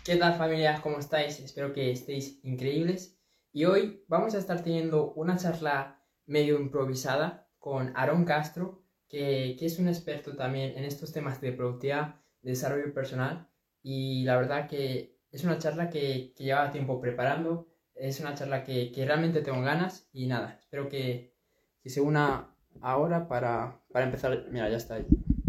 ¿Qué tal familia? ¿Cómo estáis? Espero que estéis increíbles. Y hoy vamos a estar teniendo una charla medio improvisada con Aaron Castro, que es un experto también en estos temas de productividad, de desarrollo personal. Y la verdad que es una charla que llevaba tiempo preparando, es una charla que realmente tengo ganas y nada, espero que se una ahora para empezar. Mira, ya está ahí.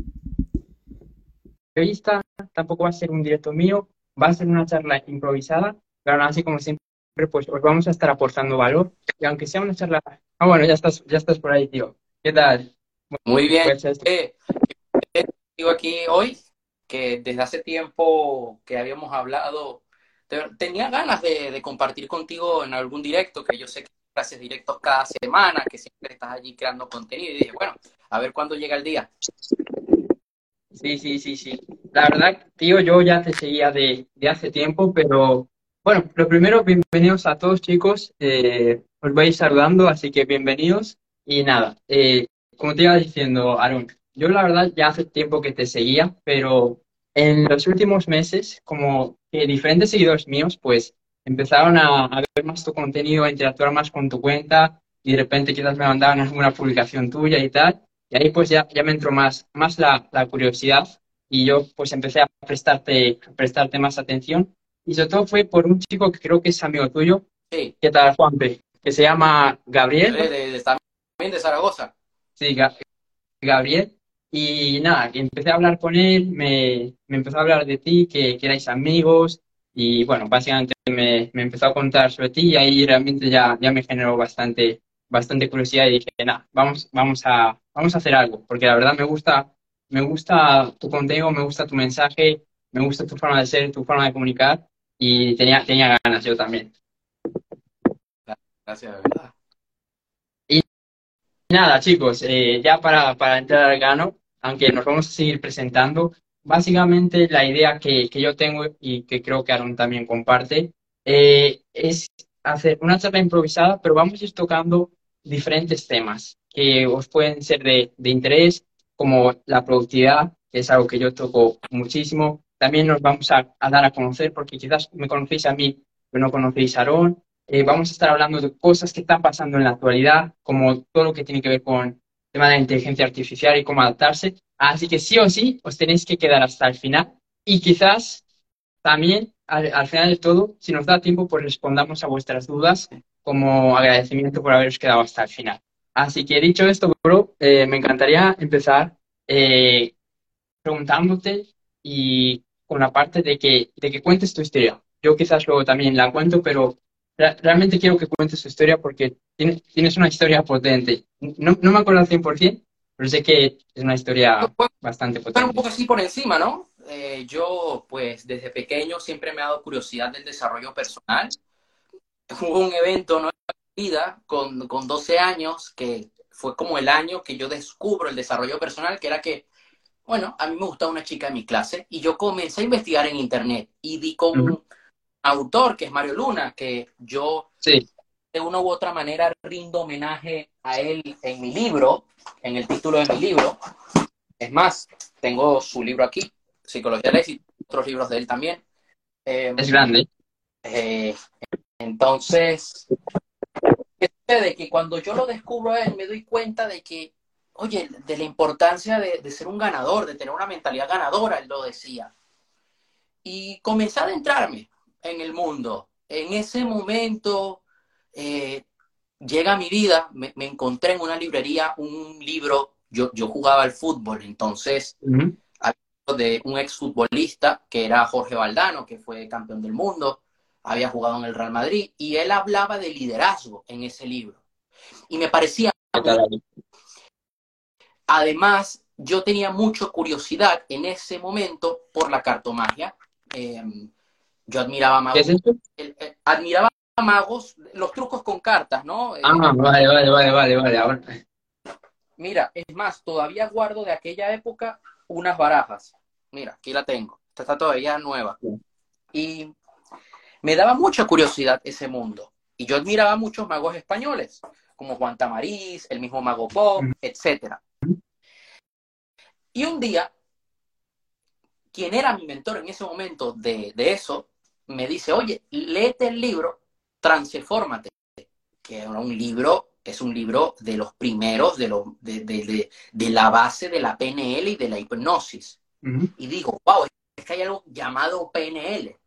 Entrevista tampoco va a ser un directo mío, va a ser una charla improvisada, pero aún así, como siempre, pues os vamos a estar aportando valor. Y aunque sea una charla. Ah, bueno, ya estás por ahí, tío. ¿Qué tal? Muy bien, Pues esto. digo aquí hoy que desde hace tiempo que habíamos hablado, tenía ganas de compartir contigo en algún directo, que yo sé que haces directos cada semana, que siempre estás allí creando contenido, y dije, bueno, a ver cuándo llega el día. Sí, sí, sí, sí. La verdad, tío, yo ya te seguía de hace tiempo, pero bueno, lo primero, bienvenidos a todos, chicos. Os voy a ir saludando, así que bienvenidos. Y nada, como te iba diciendo, Aaron, yo la verdad ya hace tiempo que te seguía, pero en los últimos meses, como que diferentes seguidores míos, pues empezaron a ver más tu contenido, a interactuar más con tu cuenta, y de repente quizás me mandaban alguna publicación tuya y tal. Y ahí pues ya me entró más la curiosidad y yo pues empecé a prestarte más atención. Y sobre todo fue por un chico que creo que es amigo tuyo. Sí, ¿Qué tal, Juanpe? Que se llama Gabriel. también de Zaragoza. Sí, Gabriel. Y nada, que empecé a hablar con él, me empezó a hablar de ti, que erais amigos. Y bueno, básicamente me empezó a contar sobre ti y ahí realmente ya me generó bastante curiosidad y dije, nada, vamos a hacer algo, porque la verdad me gusta tu contenido, me gusta tu mensaje, me gusta tu forma de ser, tu forma de comunicar y tenía ganas yo también. Gracias, de verdad. Y nada, chicos, ya para entrar al grano, aunque nos vamos a seguir presentando, básicamente la idea que yo tengo y que creo que Aaron también comparte, es hacer una charla improvisada, pero vamos a ir tocando diferentes temas que os pueden ser de interés, como la productividad, que es algo que yo toco muchísimo. También nos vamos a dar a conocer, porque quizás me conocéis a mí, pero no conocéis a Aaron. Vamos a estar hablando de cosas que están pasando en la actualidad, como todo lo que tiene que ver con el tema de la inteligencia artificial y cómo adaptarse. Así que sí o sí, os tenéis que quedar hasta el final y quizás también al final de todo, si nos da tiempo, pues respondamos a vuestras dudas como agradecimiento por haberos quedado hasta el final. Así que dicho esto, bro, me encantaría empezar eh, preguntándote y con la parte de que cuentes tu historia. Yo quizás luego también la cuento, pero realmente quiero que cuentes tu historia porque tienes una historia potente. No me acuerdo al 100%, pero sé que es una historia bastante Bueno, un potente. poco así por encima, ¿no? Yo, pues, desde pequeño siempre me ha dado curiosidad del desarrollo personal. Hubo un evento, ¿no? En mi vida con 12 años que fue como el año que yo descubro el desarrollo personal, que era que, bueno, a mí me gustaba una chica de mi clase y yo comencé a investigar en internet y di con Ujú. un autor que es Mario Luna, que yo Sí, de una u otra manera rindo homenaje a él en mi libro, en el título de mi libro. Es más, tengo su libro aquí, Psicología del Éxito, otros libros de él también. Eh, es grande. eh, entonces, de que cuando yo lo descubro a él, me doy cuenta de que, oye, de la importancia de ser un ganador, de tener una mentalidad ganadora, él lo decía. Y comencé a adentrarme en el mundo. En ese momento eh, llega a mi vida, me encontré en una librería un libro, yo jugaba al fútbol, entonces, Ujú. de un exfutbolista que era Jorge Valdano, que fue campeón del mundo, había jugado en el Real Madrid, y él hablaba de liderazgo en ese libro. Y me parecía ¿Qué muy. tal ahí? Además, yo tenía mucha curiosidad en ese momento por la cartomagia. Eh, yo admiraba ¿Qué es magos, esto? admiraba magos, los trucos con cartas, ¿no? Ah, vale. Ahora. Mira, es más, todavía guardo de aquella época unas barajas. Mira, aquí la tengo. Esta está todavía nueva. Y me daba mucha curiosidad ese mundo. Y yo admiraba a muchos magos españoles, como Juan Tamariz, el mismo Mago Pop, Ujú. etcétera. Y un día, quien era mi mentor en ese momento de eso, me dice, oye, léete el libro Transfórmate, que era un libro, es un libro de los primeros, de la base de la PNL y de la hipnosis. Ujú. Y digo, wow, es que hay algo llamado PNL.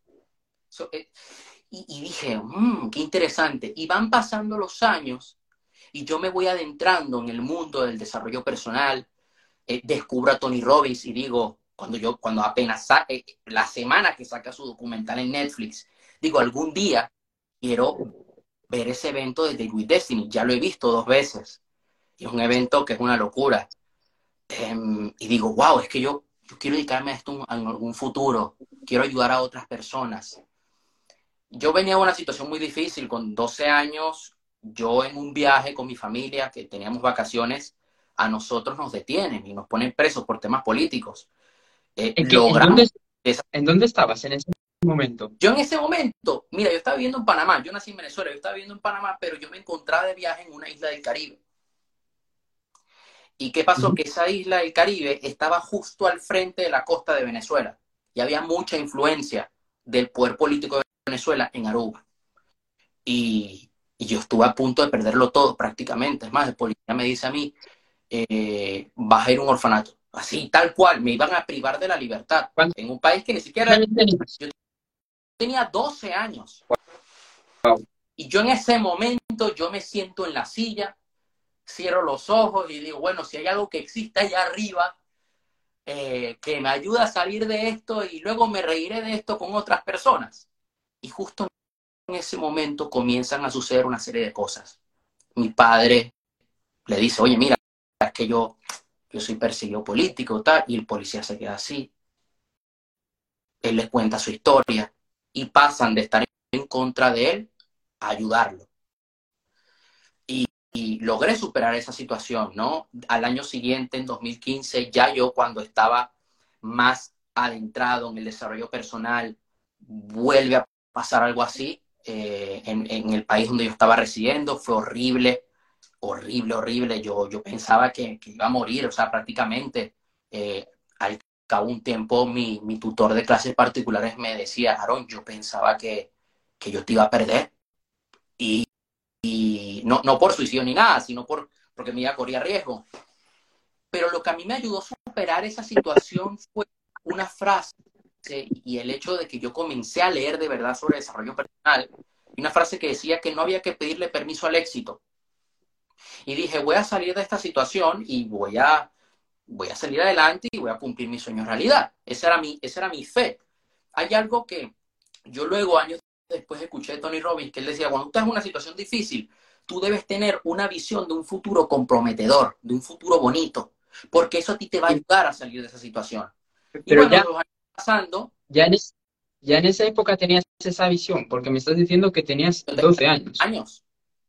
Y dije, qué interesante. Y van pasando los años y yo me voy adentrando en el mundo del desarrollo personal, descubro a Tony Robbins y digo, cuando apenas la semana que saca su documental en Netflix, digo, algún día quiero ver ese evento de Date with Destiny. Ya lo he visto 2 veces. Y es un evento que es una locura. Y digo, wow, es que yo quiero dedicarme a esto en algún futuro. Quiero ayudar a otras personas. Yo venía de una situación muy difícil, con 12 años, yo en un viaje con mi familia, que teníamos vacaciones, a nosotros nos detienen y nos ponen presos por temas políticos. ¿En qué, Logramos esa... en dónde estabas en ese momento? Yo en ese momento, mira, yo estaba viviendo en Panamá, yo nací en Venezuela, yo estaba viviendo en Panamá, pero yo me encontraba de viaje en una isla del Caribe. ¿Y qué pasó? Ujú. Que esa isla del Caribe estaba justo al frente de la costa de Venezuela y había mucha influencia del poder político de Venezuela en Aruba. Y yo estuve a punto de perderlo todo prácticamente. Es más, el policía me dice a mí, vas a ir a un orfanato. Así, tal cual, me iban a privar de la libertad. ¿Cuántos En un país que ni siquiera... años tenías? Yo tenía 12 años. Wow. Y yo en ese momento, yo me siento en la silla, cierro los ojos y digo, bueno, si hay algo que exista allá arriba, que me ayuda a salir de esto y luego me reiré de esto con otras personas. Y justo en ese momento comienzan a suceder una serie de cosas. Mi padre le dice, oye, mira, es que yo soy perseguido político, tal, y el policía se queda así. Él le cuenta su historia y pasan de estar en contra de él a ayudarlo. Y logré superar esa situación, ¿no? Al año siguiente, en 2015, ya yo cuando estaba más adentrado en el desarrollo personal, vuelve a pasar algo así en el país donde yo estaba residiendo. Fue horrible, horrible, horrible. Yo pensaba que iba a morir, o sea, prácticamente. Al cabo de un tiempo, mi tutor de clases particulares me decía, Aaron, yo pensaba que yo te iba a perder. Y no, no por suicidio ni nada, sino porque mi vida corría riesgo. Pero lo que a mí me ayudó a superar esa situación fue una frase y el hecho de que yo comencé a leer de verdad sobre desarrollo personal. Y una frase que decía que no había que pedirle permiso al éxito. Y dije, voy a salir de esta situación y voy a salir adelante y voy a cumplir mi sueño en realidad. Esa era mi fe. Hay algo que yo luego, años después, escuché de Tony Robbins, que él decía, cuando tú estás en una situación difícil, tú debes tener una visión de un futuro comprometedor, de un futuro bonito, porque eso a ti te va a ayudar a salir de esa situación. Y Pero bueno, ya, los años pasando, ya en, ya en esa época tenías esa visión, porque me estás diciendo que tenías yo tenía 12 años. años,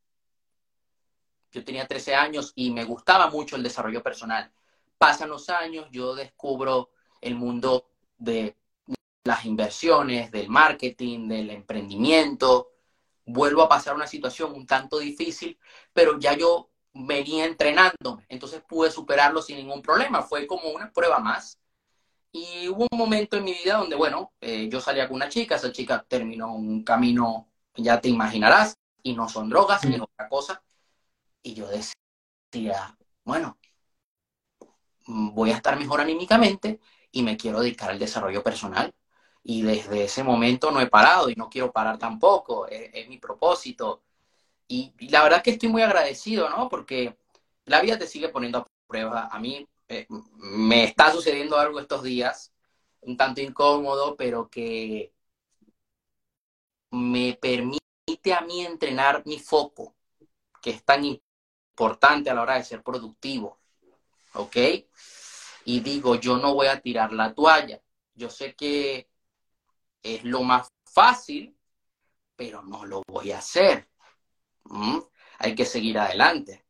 yo tenía 13 años y me gustaba mucho el desarrollo personal. Pasan los años, yo descubro el mundo de las inversiones, del marketing, del emprendimiento. Vuelvo a pasar una situación un tanto difícil, pero ya yo venía entrenándome, entonces pude superarlo sin ningún problema. Fue como una prueba más. Y hubo un momento en mi vida donde, bueno, yo salía con una chica, esa chica terminó un camino, ya te imaginarás, y no son drogas, es Mm. otra cosa. Y yo decía, bueno, voy a estar mejor anímicamente y me quiero dedicar al desarrollo personal. Y desde ese momento no he parado y no quiero parar tampoco, es mi propósito. Y la verdad que estoy muy agradecido, ¿no? Porque la vida te sigue poniendo a prueba. A mí me está sucediendo algo estos días, un tanto incómodo, pero que me permite a mí entrenar mi foco, que es tan importante a la hora de ser productivo, ¿ok? Y digo, yo no voy a tirar la toalla. Yo sé que es lo más fácil, pero no lo voy a hacer. ¿Mm? Hay que seguir adelante.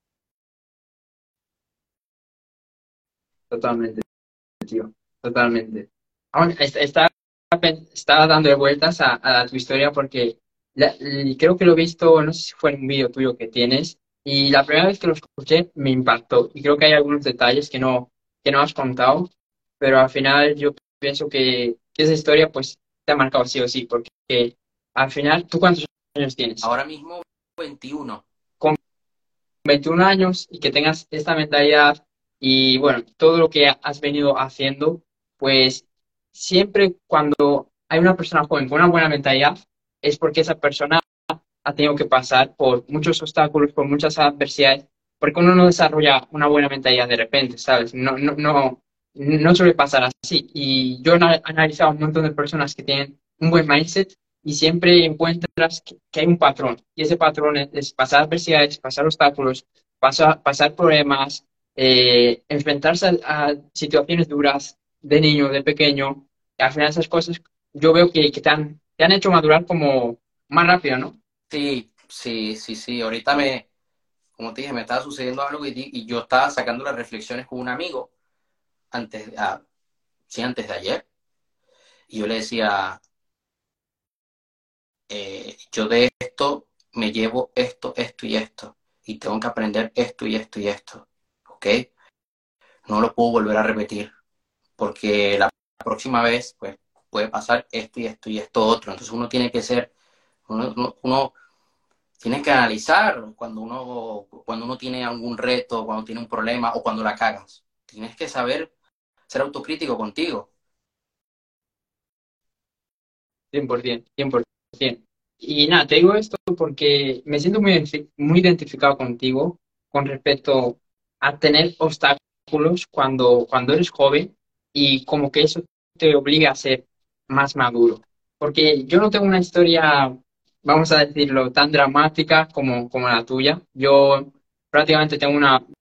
Totalmente, tío, totalmente. Ahora, estaba dando vueltas a tu historia porque y creo que lo he visto, no sé si fue en un vídeo tuyo que tienes, y la primera vez que lo escuché me impactó. Y creo que hay algunos detalles que no has contado, pero al final yo pienso que esa historia pues te ha marcado sí o sí, porque al final, ¿tú cuántos años tienes? Ahora mismo 21. Con 21 años y que tengas esta mentalidad y bueno, todo lo que has venido haciendo, pues siempre cuando hay una persona joven con una buena mentalidad, es porque esa persona ha tenido que pasar por muchos obstáculos, por muchas adversidades, porque uno no desarrolla una buena mentalidad de repente, ¿sabes? No suele pasar así. Y yo he analizado un montón de personas que tienen un buen mindset y siempre encuentras que hay un patrón. Y ese patrón es pasar adversidades, pasar obstáculos, pasar problemas, enfrentarse a situaciones duras de niño, de pequeño. Y al final esas cosas yo veo que te han hecho madurar como más rápido, ¿no? Sí, sí, sí, sí. Ahorita como te dije, me estaba sucediendo algo y yo estaba sacando las reflexiones con un amigo antes, sí, antes de ayer. Y yo le decía, yo de esto me llevo esto, esto y esto. Y tengo que aprender esto y esto y esto. ¿Ok? No lo puedo volver a repetir. Porque la próxima vez, pues, puede pasar esto y esto y esto otro. Entonces uno tiene que ser, uno tiene que analizar cuando uno tiene algún reto, cuando tiene un problema o cuando la cagas. Tienes que saber ser autocrítico contigo. 100%, 100%. Y nada, te digo esto porque me siento muy identificado contigo con respecto a tener obstáculos cuando eres joven y como que eso te obliga a ser más maduro. Porque yo no tengo una historia, vamos a decirlo, tan dramática como la tuya. Yo prácticamente tengo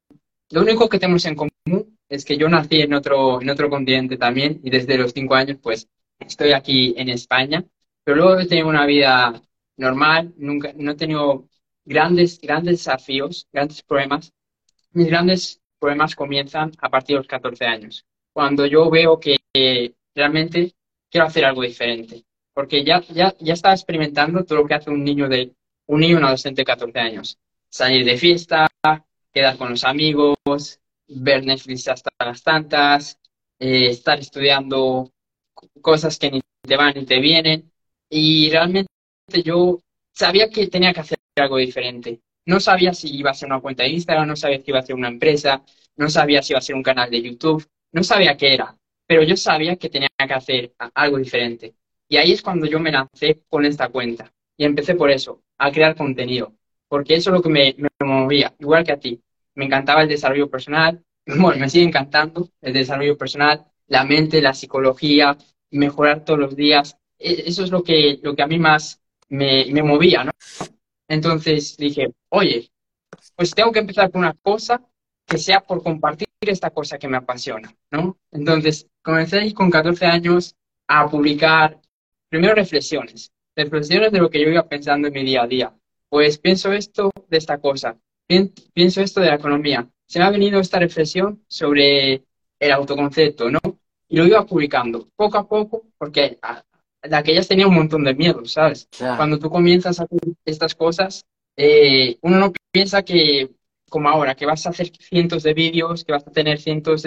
lo único que tenemos en común es que yo nací en otro continente también y desde los 5 años pues estoy aquí en España, pero luego he tenido una vida normal, nunca, no he tenido grandes desafíos, grandes problemas. Mis grandes problemas comienzan a partir de los 14 años, cuando yo veo que realmente quiero hacer algo diferente, porque ya estaba experimentando todo lo que hace un niño, un adolescente de 14 años, salir de fiesta, quedar con los amigos, ver Netflix hasta las tantas, estar estudiando cosas que ni te van ni te vienen. Y realmente yo sabía que tenía que hacer algo diferente. No sabía si iba a ser una cuenta de Instagram, no sabía si iba a ser una empresa, no sabía si iba a ser un canal de YouTube, no sabía qué era, pero yo sabía que tenía que hacer algo diferente. Y ahí es cuando yo me lancé con esta cuenta. Y empecé por eso, a crear contenido, porque eso es lo que me movía, igual que a ti. Me encantaba el desarrollo personal, bueno, me sigue encantando el desarrollo personal, la mente, la psicología, mejorar todos los días. Eso es lo que a mí más me movía, ¿no? Entonces dije, oye, pues tengo que empezar con una cosa que sea por compartir esta cosa que me apasiona, ¿no? Entonces comencé ahí con 14 años a publicar primero reflexiones de lo que yo iba pensando en mi día a día. Pues pienso esto de esta cosa, pienso esto de la economía. Se me ha venido esta reflexión sobre el autoconcepto, ¿no? Y lo iba publicando poco a poco, porque de aquellas tenía un montón de miedo, ¿sabes? Claro, Cuando tú comienzas a hacer estas cosas, uno no piensa que, como ahora, que vas a hacer cientos de vídeos, que vas a tener cientos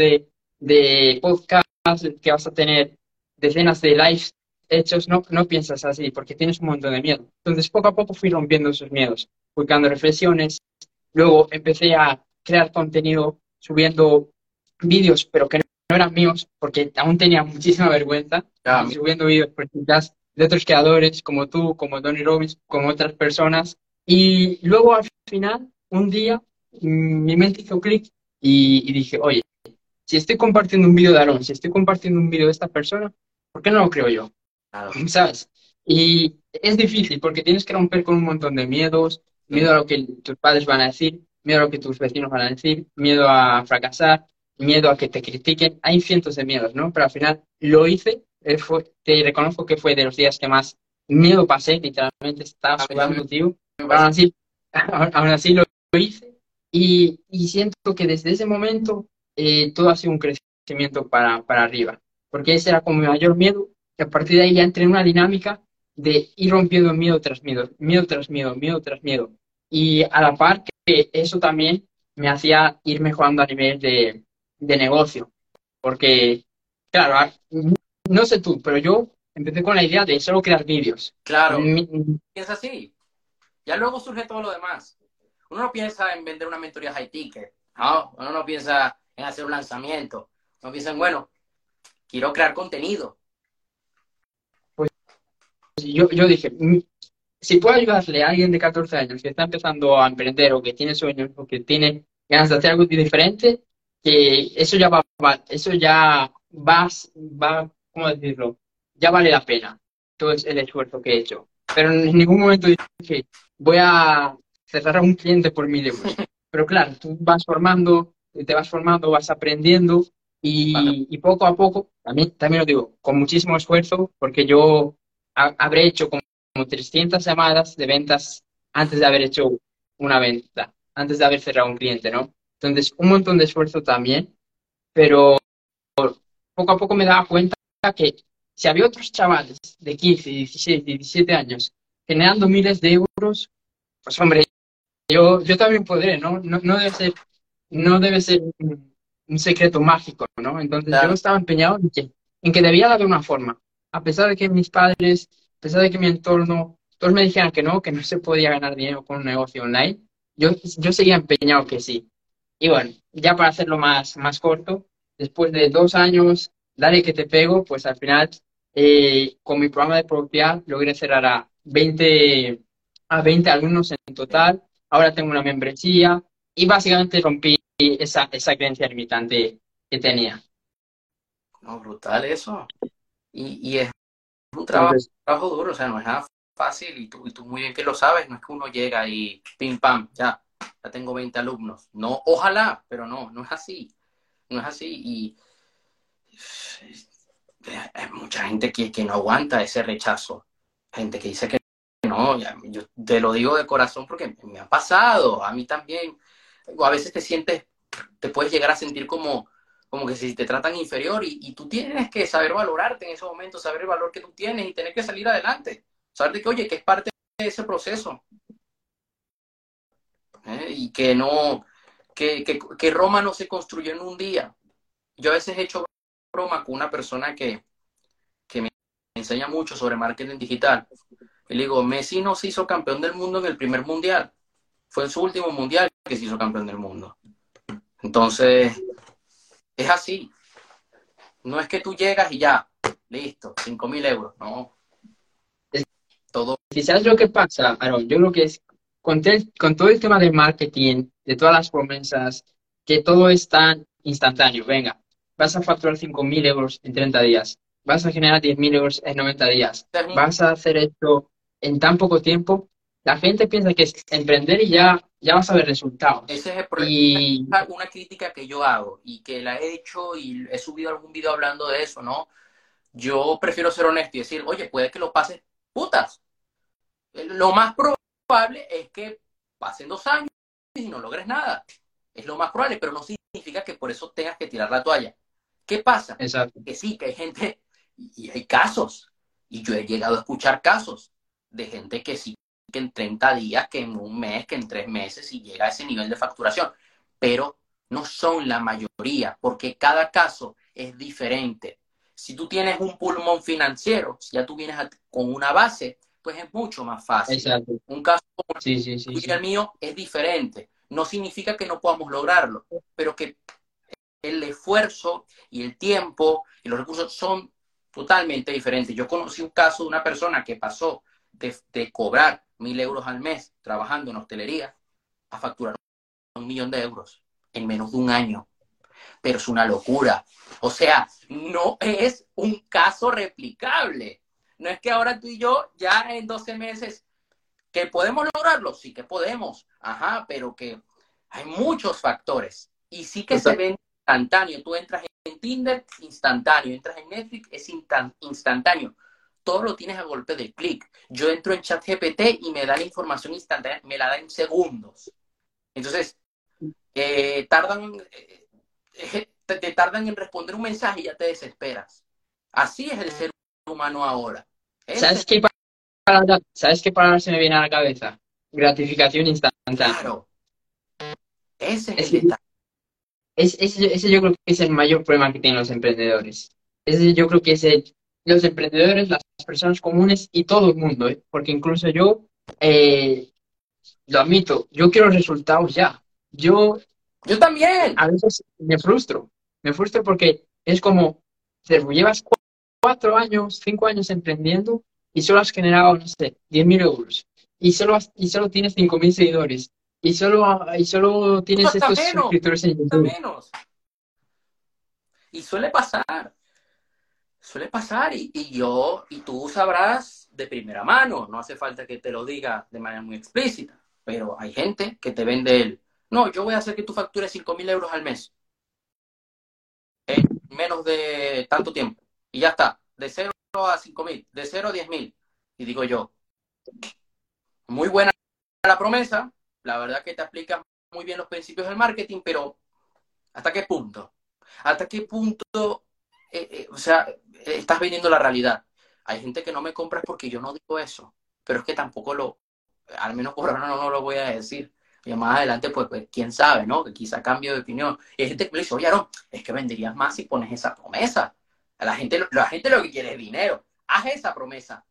de podcasts, que vas a tener decenas de lives hechos, no piensas así, porque tienes un montón de miedo. Entonces, poco a poco fui rompiendo esos miedos, publicando reflexiones, luego empecé a crear contenido, subiendo vídeos, pero que no eran míos, porque aún tenía muchísima vergüenza, ya, y subiendo vídeos por quizás de otros creadores como tú, como Tony Robbins, como otras personas. Y luego al final, un día, mi mente hizo clic y dije, oye, si estoy compartiendo un vídeo de Aaron, si estoy compartiendo un vídeo de esta persona, ¿por qué no lo creo yo? claro. ¿Sabes? Y es difícil porque tienes que romper con un montón de miedos, miedo Sí. a lo que tus padres van a decir, miedo a lo que tus vecinos van a decir, miedo a fracasar, miedo a que te critiquen. Hay cientos de miedos, ¿no? Pero al final lo hice, te reconozco que fue de los días que más miedo pasé, literalmente estaba A mí también sudando, tío, me pero parece. aún así lo hice y siento que desde ese momento todo ha sido un crecimiento para arriba, porque ese era como mi mayor miedo y a partir de ahí ya entré en una dinámica de ir rompiendo miedo tras miedo, miedo tras miedo, miedo tras miedo. Y a la par que eso también me hacía ir mejorando a nivel de negocio, porque, claro, no sé tú, pero yo empecé con la idea de solo crear vídeos. Claro, Mi- piensa así. Ya luego surge todo lo demás. Uno no piensa en vender una mentoría high ticket, ¿no? Uno no piensa en hacer un lanzamiento. Uno piensa en, bueno, quiero crear contenido. Pues yo dije, si puedo ayudarle a alguien de 14 años que está empezando a emprender o que tiene sueños o que tiene ganas de hacer algo diferente, que eso ya va, ¿cómo decirlo? Ya vale la pena todo el esfuerzo que he hecho. Pero en ningún momento dije, voy a cerrar a un cliente por 1.000 euros. Pero claro, tú vas formando, te vas formando, vas aprendiendo Vale. y poco a poco, también lo digo, con muchísimo esfuerzo, porque yo habré hecho como 300 llamadas de ventas antes de haber hecho una venta, antes de haber cerrado un cliente, ¿no? Entonces, un montón de esfuerzo también, pero poco a poco me daba cuenta que si había otros chavales de 15, 16, 17 años generando miles de euros, pues hombre, yo también podré, ¿no? No debe ser un secreto mágico, ¿no? Entonces yo Claro. estaba empeñado en que debía de haber una forma, a pesar de que mis padres, a pesar de que mi entorno, todos me dijeran que no se podía ganar dinero con un negocio online, yo seguía empeñado que sí. Y bueno, ya para hacerlo más corto, después de 2 años, dale que te pego, pues al final, con mi programa de propiedad, logré cerrar a 20 alumnos en total. Ahora tengo una membresía y básicamente rompí esa creencia limitante que tenía. No, brutal eso. Y es un Entonces, trabajo duro, o sea, no es nada fácil y tú muy bien que lo sabes, no es que uno llega y pim pam, ya tengo 20 alumnos. No, ojalá, pero no, no es así. No es así y hay mucha gente que no aguanta ese rechazo. Gente que dice que no, ya, yo te lo digo de corazón porque me ha pasado, a mí también. O a veces te sientes, te puedes llegar a sentir como que si te tratan inferior y tú tienes que saber valorarte en ese momento, saber el valor que tú tienes y tener que salir adelante. Saber de que, oye, que es parte de ese proceso. Y que no, que Roma no se construyó en un día. Yo a veces he hecho broma con una persona que me enseña mucho sobre marketing digital. Y le digo, Messi no se hizo campeón del mundo en el primer mundial. Fue en su último mundial que se hizo campeón del mundo. Entonces, es así. No es que tú llegas y ya, listo, 5.000 euros. No, todo. ¿y sabes lo que pasa, Aaron? Yo creo que es con todo el tema del marketing, de todas las promesas, que todo es tan instantáneo. Venga, vas a facturar 5.000 euros en 30 días, vas a generar 10.000 euros en 90 días, Es un, vas a hacer esto en tan poco tiempo. La gente piensa que es emprender y ya vas a ver resultados. ese es el problema. Y Una crítica que yo hago y que la he hecho y he subido algún video hablando de eso, ¿no? Yo prefiero ser honesto y decir, oye, puede que lo pases putas. Lo más probable es que pasen 2 años y no logres nada. Es lo más probable, pero no significa que por eso tengas que tirar la toalla. ¿Qué pasa? exacto, Que sí, que hay gente y hay casos. Y yo he llegado a escuchar casos de gente que sí, que en 30 días, que en un mes, que en 3 meses y llega a ese nivel de facturación. Pero no son la mayoría, porque cada caso es diferente. Si tú tienes un pulmón financiero, si ya tú vienes con una base, pues es mucho más fácil. exacto. Un caso Sí, sí, sí, tuyo y el sí. mío es diferente. No significa que no podamos lograrlo, pero que el esfuerzo y el tiempo y los recursos son totalmente diferentes. Yo conocí un caso de una persona que pasó de cobrar 1.000 euros al mes trabajando en hostelería a facturar 1 millón de euros en menos de un año. Pero es una locura. O sea, no es un caso replicable. No es que ahora tú y yo ya en 12 meses que podemos lograrlo, sí que podemos, ajá, pero que hay muchos factores y sí que se Total. ven instantáneo. Tú entras en Tinder, instantáneo, entras en Netflix, es instantáneo. Todo lo tienes a golpe de clic. Yo entro en ChatGPT y me da la información instantánea, me la da en segundos. Entonces, te tardan en responder un mensaje y ya te desesperas. Así es el ser humano ahora. Ese, ¿Sabes ¿Sabes qué palabra se me viene a la cabeza? Gratificación instantánea. claro, ese es el Es, detalle. ese yo creo que es el mayor problema que tienen los emprendedores. Ese yo creo que es los emprendedores, las personas comunes y todo el mundo, ¿eh? Porque incluso yo, eh, lo admito, yo quiero resultados ya. Yo Yo también. a veces me frustro porque es como, te llevas 4 años, 5 años emprendiendo y solo has generado, no sé, 10.000 euros. Y solo tienes 5.000 seguidores. Y solo No, tienes estos suscriptores en hasta YouTube. menos. Y suele pasar y tú sabrás de primera mano, no hace falta que te lo diga de manera muy explícita, pero hay gente que te vende no, yo voy a hacer que tú factures 5.000 euros al mes, en menos de tanto tiempo, y ya está, de 0 a 5.000, de 0 a 10.000, y digo yo, muy buena la promesa, la verdad que te aplica muy bien los principios del marketing, pero ¿hasta qué punto? ¿Hasta qué punto, o sea, estás vendiendo la realidad? Hay gente que no me compra porque yo no digo eso, pero es que tampoco al menos por ahora no lo voy a decir. Y más adelante, pues quién sabe, ¿no? Que quizá cambio de opinión. Y hay gente que me dice, oye, no, es que venderías más si pones esa promesa. A la gente lo que quiere es dinero. Haz esa promesa.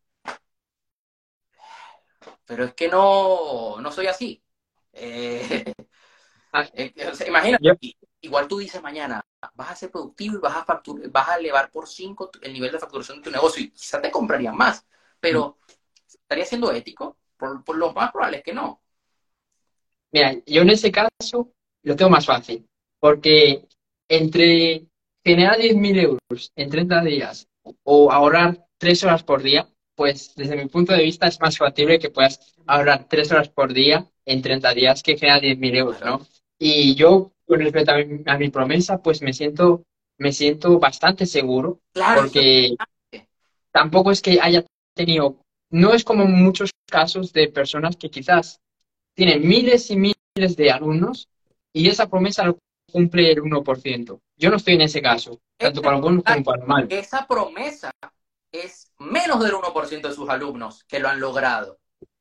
Pero es que no soy así. Eh, Ah, O sea, imagínate, yo, igual tú dices mañana, vas a ser productivo y vas a elevar por 5 el nivel de facturación de tu negocio y quizás te comprarían más, pero ¿estaría siendo ético? Por lo más probable es que no. Mira, yo en ese caso lo tengo más fácil, porque entre generar 10.000 euros en 30 días o ahorrar 3 horas por día, pues desde mi punto de vista es más factible que puedas ahorrar 3 horas por día en 30 días que generar 10.000 euros, Claro, ¿no? Y yo, con respecto a mi promesa, pues me siento bastante seguro, claro, eso es porque importante. tampoco es que haya tenido, no es como muchos casos de personas que quizás tiene miles y miles de alumnos y esa promesa lo cumple el 1%. Yo no estoy en ese caso, Ese tanto es para lo el bueno como detalle. para lo malo. Esa promesa es menos del 1% de sus alumnos que lo han logrado.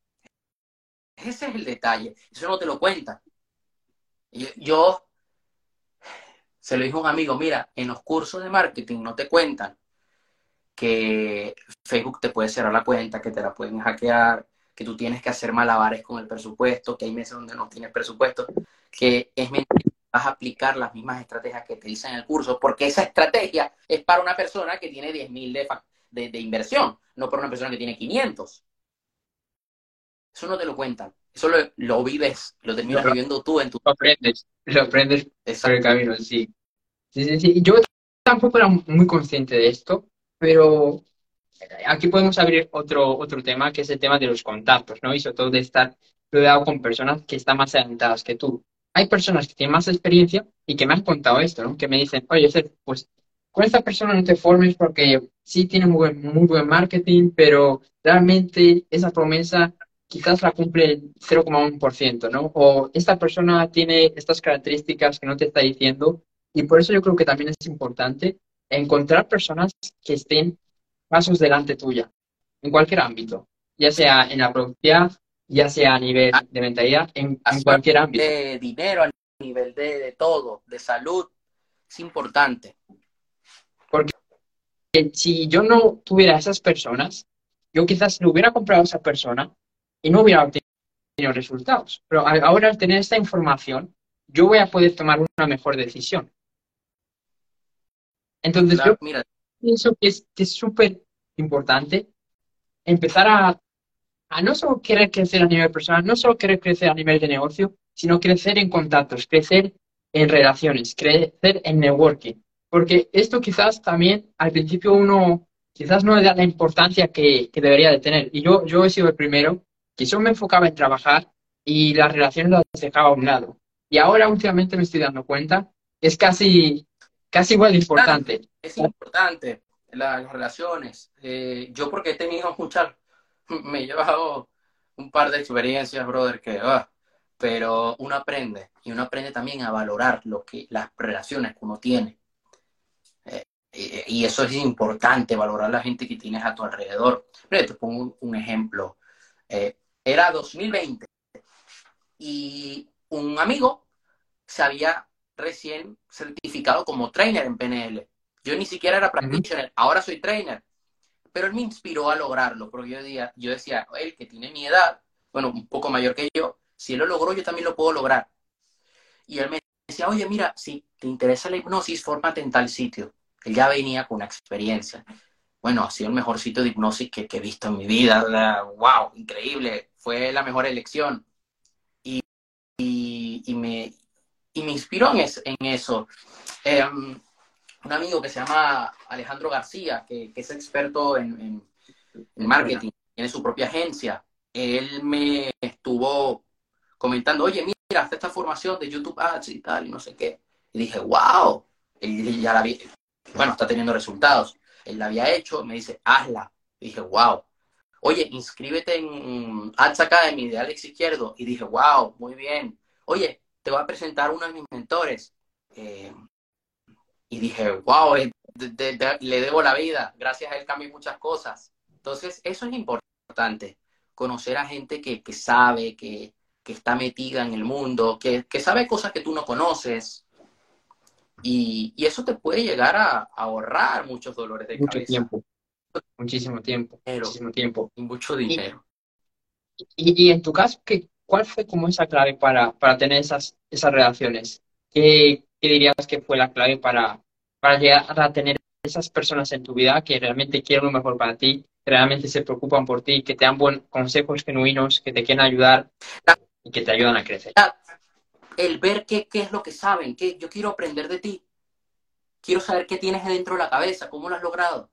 Ese es el detalle. Eso no te lo cuentan. Yo se lo dije a un amigo, mira, en los cursos de marketing no te cuentan que Facebook te puede cerrar la cuenta, que te la pueden hackear, que tú tienes que hacer malabares con el presupuesto, que hay meses donde no tienes presupuesto, que es mentira, vas a aplicar las mismas estrategias que te dicen en el curso, porque esa estrategia es para una persona que tiene 10.000 de inversión, no para una persona que tiene 500. Eso no te lo cuentan, eso lo vives, lo Lo, terminas viviendo tú en tu... lo aprendes por el Exacto. camino, sí. Sí, sí, sí. Yo tampoco era muy consciente de esto, pero aquí podemos abrir otro tema, que es el tema de los contactos, ¿no? Y sobre todo de estar rodeado con personas que están más adelantadas que tú. Hay personas que tienen más experiencia y que me han contado esto, ¿no? Que me dicen, oye, Fer, pues con esta persona no te formes porque sí tiene muy buen marketing, pero realmente esa promesa quizás la cumple el 0,1%, ¿no? O esta persona tiene estas características que no te está diciendo y por eso yo creo que también es importante encontrar personas que estén pasos delante tuya, en cualquier ámbito, ya sea en la productividad, ya sea a nivel de mentalidad, en cualquier ámbito. De dinero, a nivel de todo, de salud, es importante. Porque si yo no tuviera esas personas, yo quizás lo hubiera comprado a esa persona y no hubiera obtenido resultados. Pero ahora al tener esta información, yo voy a poder tomar una mejor decisión. Entonces yo Claro, mira, pienso que es súper importante empezar a no solo querer crecer a nivel personal, no solo querer crecer a nivel de negocio, sino crecer en contactos, crecer en relaciones, crecer en networking. Porque esto quizás también al principio uno quizás no le da la importancia que debería de tener. Y yo he sido el primero que solo me enfocaba en trabajar y las relaciones las dejaba a un lado. Y ahora últimamente me estoy dando cuenta, es casi igual de importante. es importante las relaciones. Yo porque he tenido muchas, me he llevado un par de experiencias, brother, pero uno aprende y uno aprende también a valorar las relaciones que uno tiene. Y eso es importante, valorar la gente que tienes a tu alrededor. Mira, te pongo un ejemplo. Era 2020 y un amigo se había recién certificado como trainer en PNL. Yo ni siquiera era Ujú. practitioner, ahora soy trainer. pero él me inspiró a lograrlo, porque yo decía, él que tiene mi edad, bueno, un poco mayor que yo, si él lo logró, yo también lo puedo lograr. Y él me decía, oye, mira, si te interesa la hipnosis, fórmate en tal sitio. Él ya venía con una experiencia. Bueno, ha sido el mejor sitio de hipnosis que he visto en mi vida. ¡Wow! Increíble. Fue la mejor elección. Y, y me, y me inspiró en eso. Un amigo que se llama Alejandro García, que es experto en Bueno, marketing, tiene su propia agencia. Él me estuvo comentando, oye, mira, hasta esta formación de YouTube Ads y tal, y no sé qué. Y dije, wow, él ya la vi, bueno, está teniendo resultados. Él la había hecho, me dice, hazla. Y dije, wow. Oye, inscríbete en Ads Academy de Alex Izquierdo. Y dije, wow, muy bien. Oye, te voy a presentar a uno de mis mentores. Eh, y dije, wow, le debo la vida. Gracias a él cambié muchas cosas. Entonces, eso es importante. Conocer a gente que sabe, que está metida en el mundo, que sabe cosas que tú no conoces. Y eso te puede llegar a ahorrar muchos dolores de mucho cabeza. tiempo, muchísimo tiempo, Dinero, muchísimo tiempo. y mucho Y, dinero. y en tu caso, ¿cuál fue como esa clave para tener esas relaciones? ¿Qué dirías que fue la clave para llegar a tener esas personas en tu vida que realmente quieren lo mejor para ti, que realmente se preocupan por ti, que te dan buenos consejos genuinos, que te quieren ayudar y que te ayudan a crecer? El ver qué es lo que saben, que yo quiero aprender de ti. Quiero saber qué tienes dentro de la cabeza, cómo lo has logrado.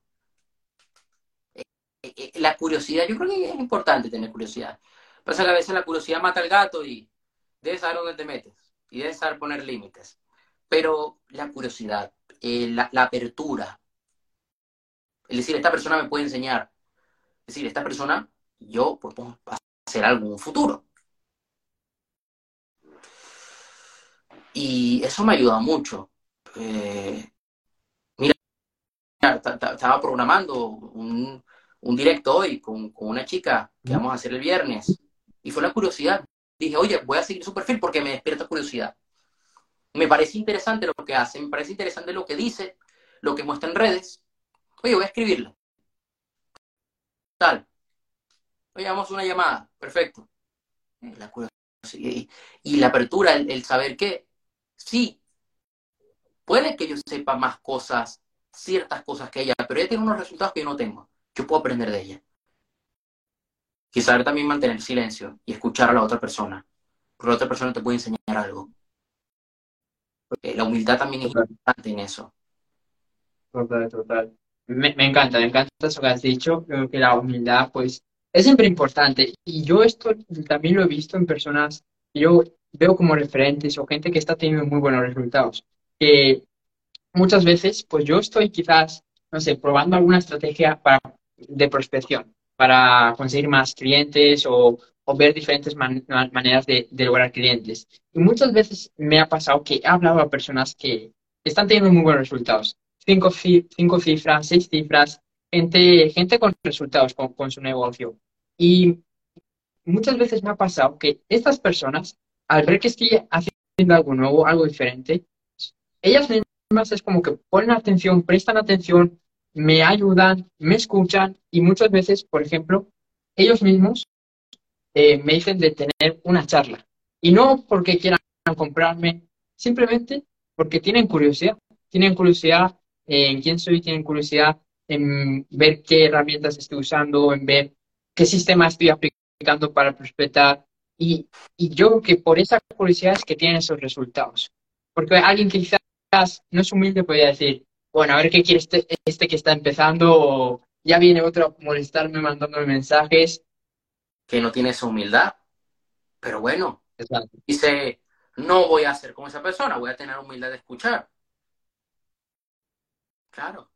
La curiosidad, yo creo que es importante tener curiosidad. Pasa que a veces la curiosidad mata al gato y debes saber dónde te metes y debes saber poner límites. Pero la curiosidad, la apertura, es decir, esta persona me puede enseñar, es decir, esta persona, yo pues, puedo hacer algo en un futuro. Y eso me ayuda mucho. Eh, Mira, estaba programando un directo hoy con una chica que Ujú. vamos a hacer el viernes. Y fue la curiosidad. Dije, oye, voy a seguir su perfil porque me despierta curiosidad. Me parece interesante lo que hace, me parece interesante lo que dice, lo que muestra en redes. Oye, voy a escribirle. Tal. Oye, vamos a una llamada. Perfecto. La curiosidad y la apertura, el saber que sí, puede que yo sepa más cosas, ciertas cosas que ella, pero ella tiene unos resultados que yo no tengo. Yo puedo aprender de ella. Y saber también mantener silencio y escuchar a la otra persona. Porque la otra persona te puede enseñar algo. La humildad también es Total, importante en eso. total, total. Me encanta eso que has dicho. Creo que la humildad, pues, es siempre importante. Y yo esto también lo he visto en personas que yo veo como referentes o gente que está teniendo muy buenos resultados. Que muchas veces, pues yo estoy quizás, no sé, probando alguna estrategia de prospección para conseguir más clientes o ver diferentes maneras de lograr clientes. Y muchas veces me ha pasado que he hablado a personas que están teniendo muy buenos resultados. Cinco cifras, seis cifras, gente con resultados con su negocio. Y muchas veces me ha pasado que estas personas, al ver que estoy haciendo algo nuevo, algo diferente, ellas mismas es como que ponen atención, prestan atención, me ayudan, me escuchan y muchas veces, por ejemplo, ellos mismos me dicen de tener una charla. Y no porque quieran comprarme, simplemente porque tienen curiosidad en quién soy, tienen curiosidad en ver qué herramientas estoy usando, en ver qué sistema estoy aplicando para prospectar. Y yo creo que por esa curiosidad es que tienen esos resultados. Porque alguien que quizás no es humilde podría decir, bueno, a ver qué quiere este que está empezando, o ya viene otro a molestarme mandándome mensajes. Que no tiene esa humildad. Pero bueno, Exacto. dice, no voy a ser como esa persona, voy a tener humildad de escuchar. Claro.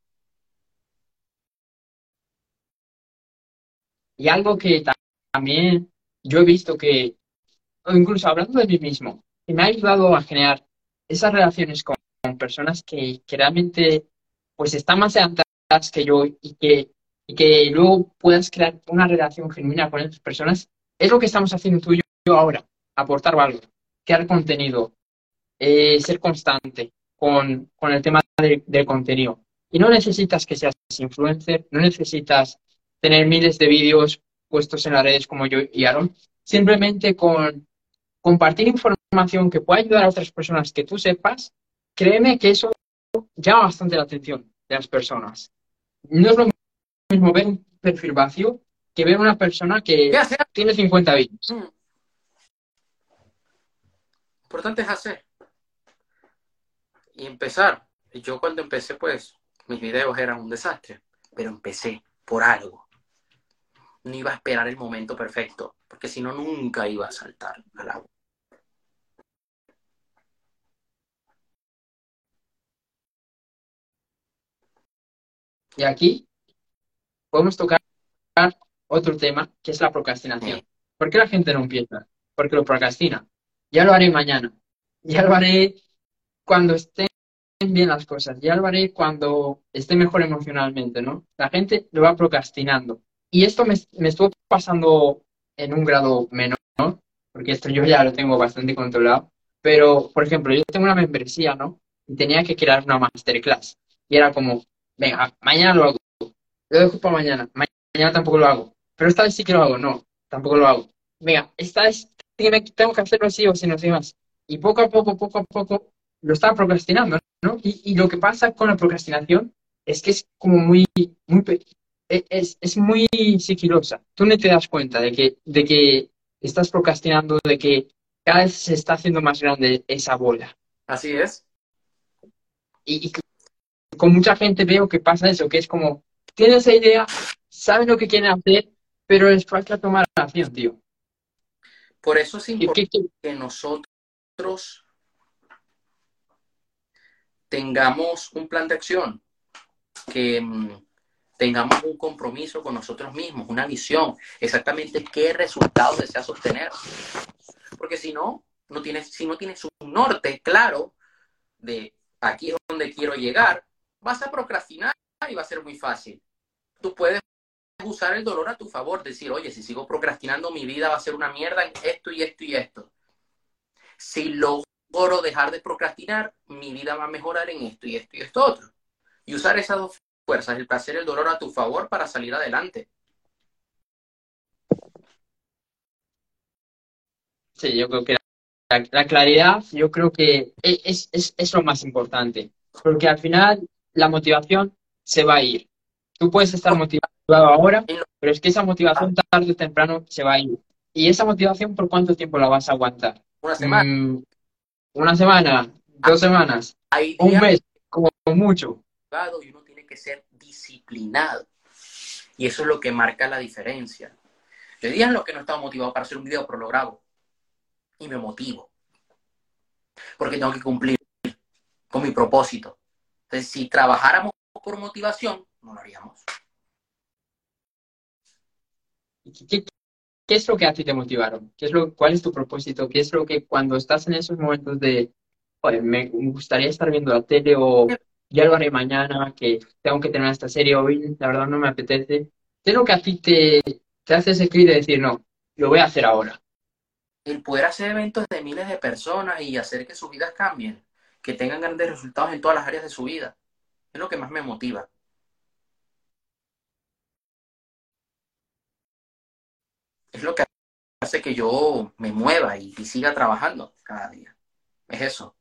Y algo que también yo he visto que, o incluso hablando de mí mismo, que me ha ayudado a generar esas relaciones con personas que realmente pues están más adelantadas que yo y que luego puedas crear una relación genuina con esas personas, es lo que estamos haciendo tú y yo ahora, aportar valor, crear contenido, ser constante con el tema del contenido. Y no necesitas que seas influencer, no necesitas tener miles de vídeos puestos en las redes como yo y Aaron. Simplemente con compartir información que pueda ayudar a otras personas que tú sepas, créeme que eso llama bastante la atención de las personas. No es lo mismo ver un perfil vacío que ver una persona ¿Qué que hacer? tiene 50 vídeos. Mm, importante es hacer y empezar. Yo cuando empecé, pues, mis videos eran un desastre, pero empecé por algo. No iba a esperar el momento perfecto, porque si no, nunca iba a saltar al agua. Y aquí podemos tocar otro tema, que es la Eh, procrastinación. ¿Por qué la gente no empieza? Porque lo procrastina. Ya lo haré mañana. Ya lo haré cuando estén bien las cosas. Ya lo haré cuando esté mejor emocionalmente, ¿no? La gente lo va procrastinando. Y esto me estuvo pasando en un grado menor, porque esto yo ya lo tengo bastante controlado. Pero, por ejemplo, yo tengo una membresía, ¿no? Y tenía que crear una masterclass. Y era como, venga, mañana lo hago. Lo dejo para mañana. Mañana tampoco lo hago. Pero esta vez sí que lo hago. No, tampoco lo hago. Venga, esta vez tengo que hacerlo así o si no sé más. Y poco a poco, lo estaba procrastinando, ¿no? Y lo que pasa con la procrastinación es que es como es muy sigilosa. Tú no te das cuenta de que estás procrastinando, de que cada vez se está haciendo más grande esa bola. Así es. Y con mucha gente veo que pasa eso, que es como, tienen esa idea, saben lo que quieren hacer, pero les falta tomar acción, tío. Por eso es ¿Qué, importante qué, qué? que nosotros tengamos un plan de acción, que tengamos un compromiso con nosotros mismos, una visión, exactamente qué resultados deseas obtener. Porque si no, si no tienes un norte claro de aquí es donde quiero llegar, vas a procrastinar y va a ser muy fácil. Tú puedes usar el dolor a tu favor, decir, oye, si sigo procrastinando, mi vida va a ser una mierda en esto y esto y esto. Si logro dejar de procrastinar, mi vida va a mejorar en esto y esto y esto otro. Y usar esas dos fuerzas, el placer y el dolor a tu favor para salir adelante. Sí, yo creo que la claridad, yo creo que es lo más importante, porque al final la motivación se va a ir. Tú puedes estar motivado ahora, En lo, pero es que esa motivación tarde o temprano se va a ir. ¿Y esa motivación por cuánto tiempo la vas a aguantar? una semana. Mm, ¿Una semana? ¿2 semanas? Hay ¿Un días mes? Como mucho. y uno tiene que ser disciplinado. Y eso es lo que marca la diferencia. Yo hay días en los que no estaba motivado para hacer un video, pero lo grabo. Y me motivo. Porque tengo que cumplir con mi propósito. Entonces, si trabajáramos por motivación, no lo haríamos. ¿Qué, qué es lo que a ti te motivaron? ¿Cuál es tu propósito? ¿Qué es lo que cuando estás en esos momentos de, "Joder, me gustaría estar viendo la tele o ya lo haré mañana, que tengo que terminar esta serie hoy, la verdad no me apetece"? ¿Qué es lo que a ti te hace ese clic de decir, no, lo voy a hacer ahora? El poder hacer eventos de miles de personas y hacer que sus vidas cambien, que tengan grandes resultados en todas las áreas de su vida, es lo que más me motiva. Es lo que hace que yo me mueva y siga trabajando cada día. Es eso.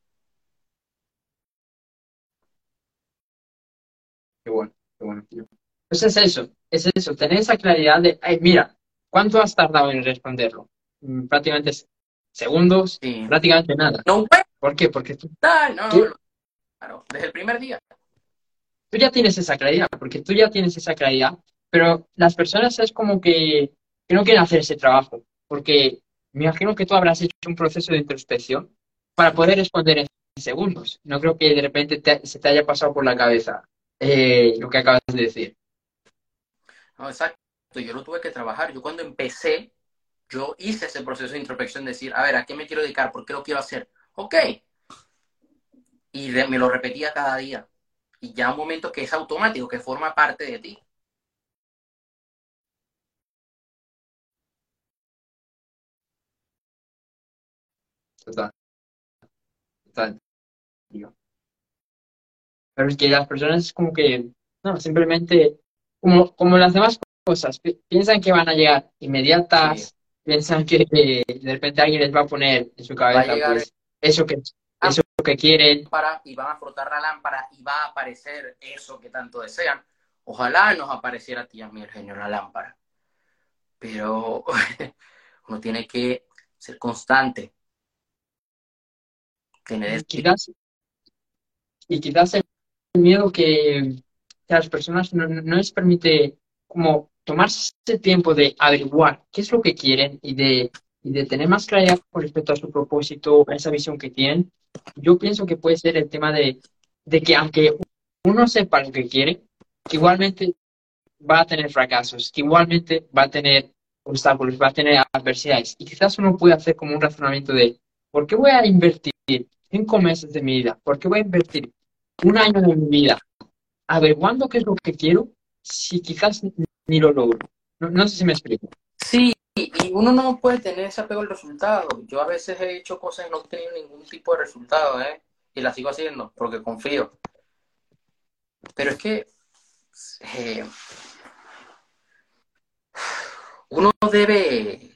Qué bueno, tío. Pues es eso, tener esa claridad de, ay, mira, ¿cuánto has tardado en responderlo? Prácticamente segundos, Sí. prácticamente nada. No, bueno, ¿Por qué? Porque no, ¿qué? no, claro, desde el primer día. Tú ya tienes esa claridad, porque tú ya tienes esa claridad, pero las personas es como que no quieren hacer ese trabajo, porque me imagino que tú habrás hecho un proceso de introspección para poder responder en segundos. No creo que de repente se te haya pasado por la cabeza lo que acabas de decir. No, exacto. Yo lo tuve que trabajar. Yo cuando empecé, yo hice ese proceso de introspección, decir, a ver, ¿a qué me quiero dedicar? ¿Por qué lo quiero hacer? Ok. Y me lo repetía cada día. Y ya un momento que es automático, que forma parte de ti. Total, total, tío. Pero es que las personas es como que No, simplemente, como las demás cosas, piensan que van a llegar Sí, inmediatas, piensan que de repente alguien les va a poner en su va a cabeza, llegar pues, eso que, eso que quieren. lámpara y van a frotar la lámpara y va a aparecer eso que tanto desean. Ojalá nos apareciera a ti y a mí el genio en la lámpara, pero uno tiene que ser constante, tener Y quizás, y quizás el miedo que a las personas no les permite como tomarse ese tiempo de averiguar qué es lo que quieren y de tener más claridad con respecto a su propósito, a esa visión que tienen. Yo pienso que puede ser el tema de que aunque uno sepa lo que quiere, que igualmente va a tener fracasos, que igualmente va a tener obstáculos, va a tener adversidades. Y quizás uno puede hacer como un razonamiento de, ¿por qué voy a invertir 5 meses de mi vida? ¿Por qué voy a invertir un año de mi vida averiguando qué es lo que quiero si quizás ni lo logro? No sé si me explico. Sí, y uno no puede tener ese apego al resultado. Yo a veces he hecho cosas y no he tenido ningún tipo de resultado, ¿eh? Y las sigo haciendo porque confío. Pero es que eh, uno debe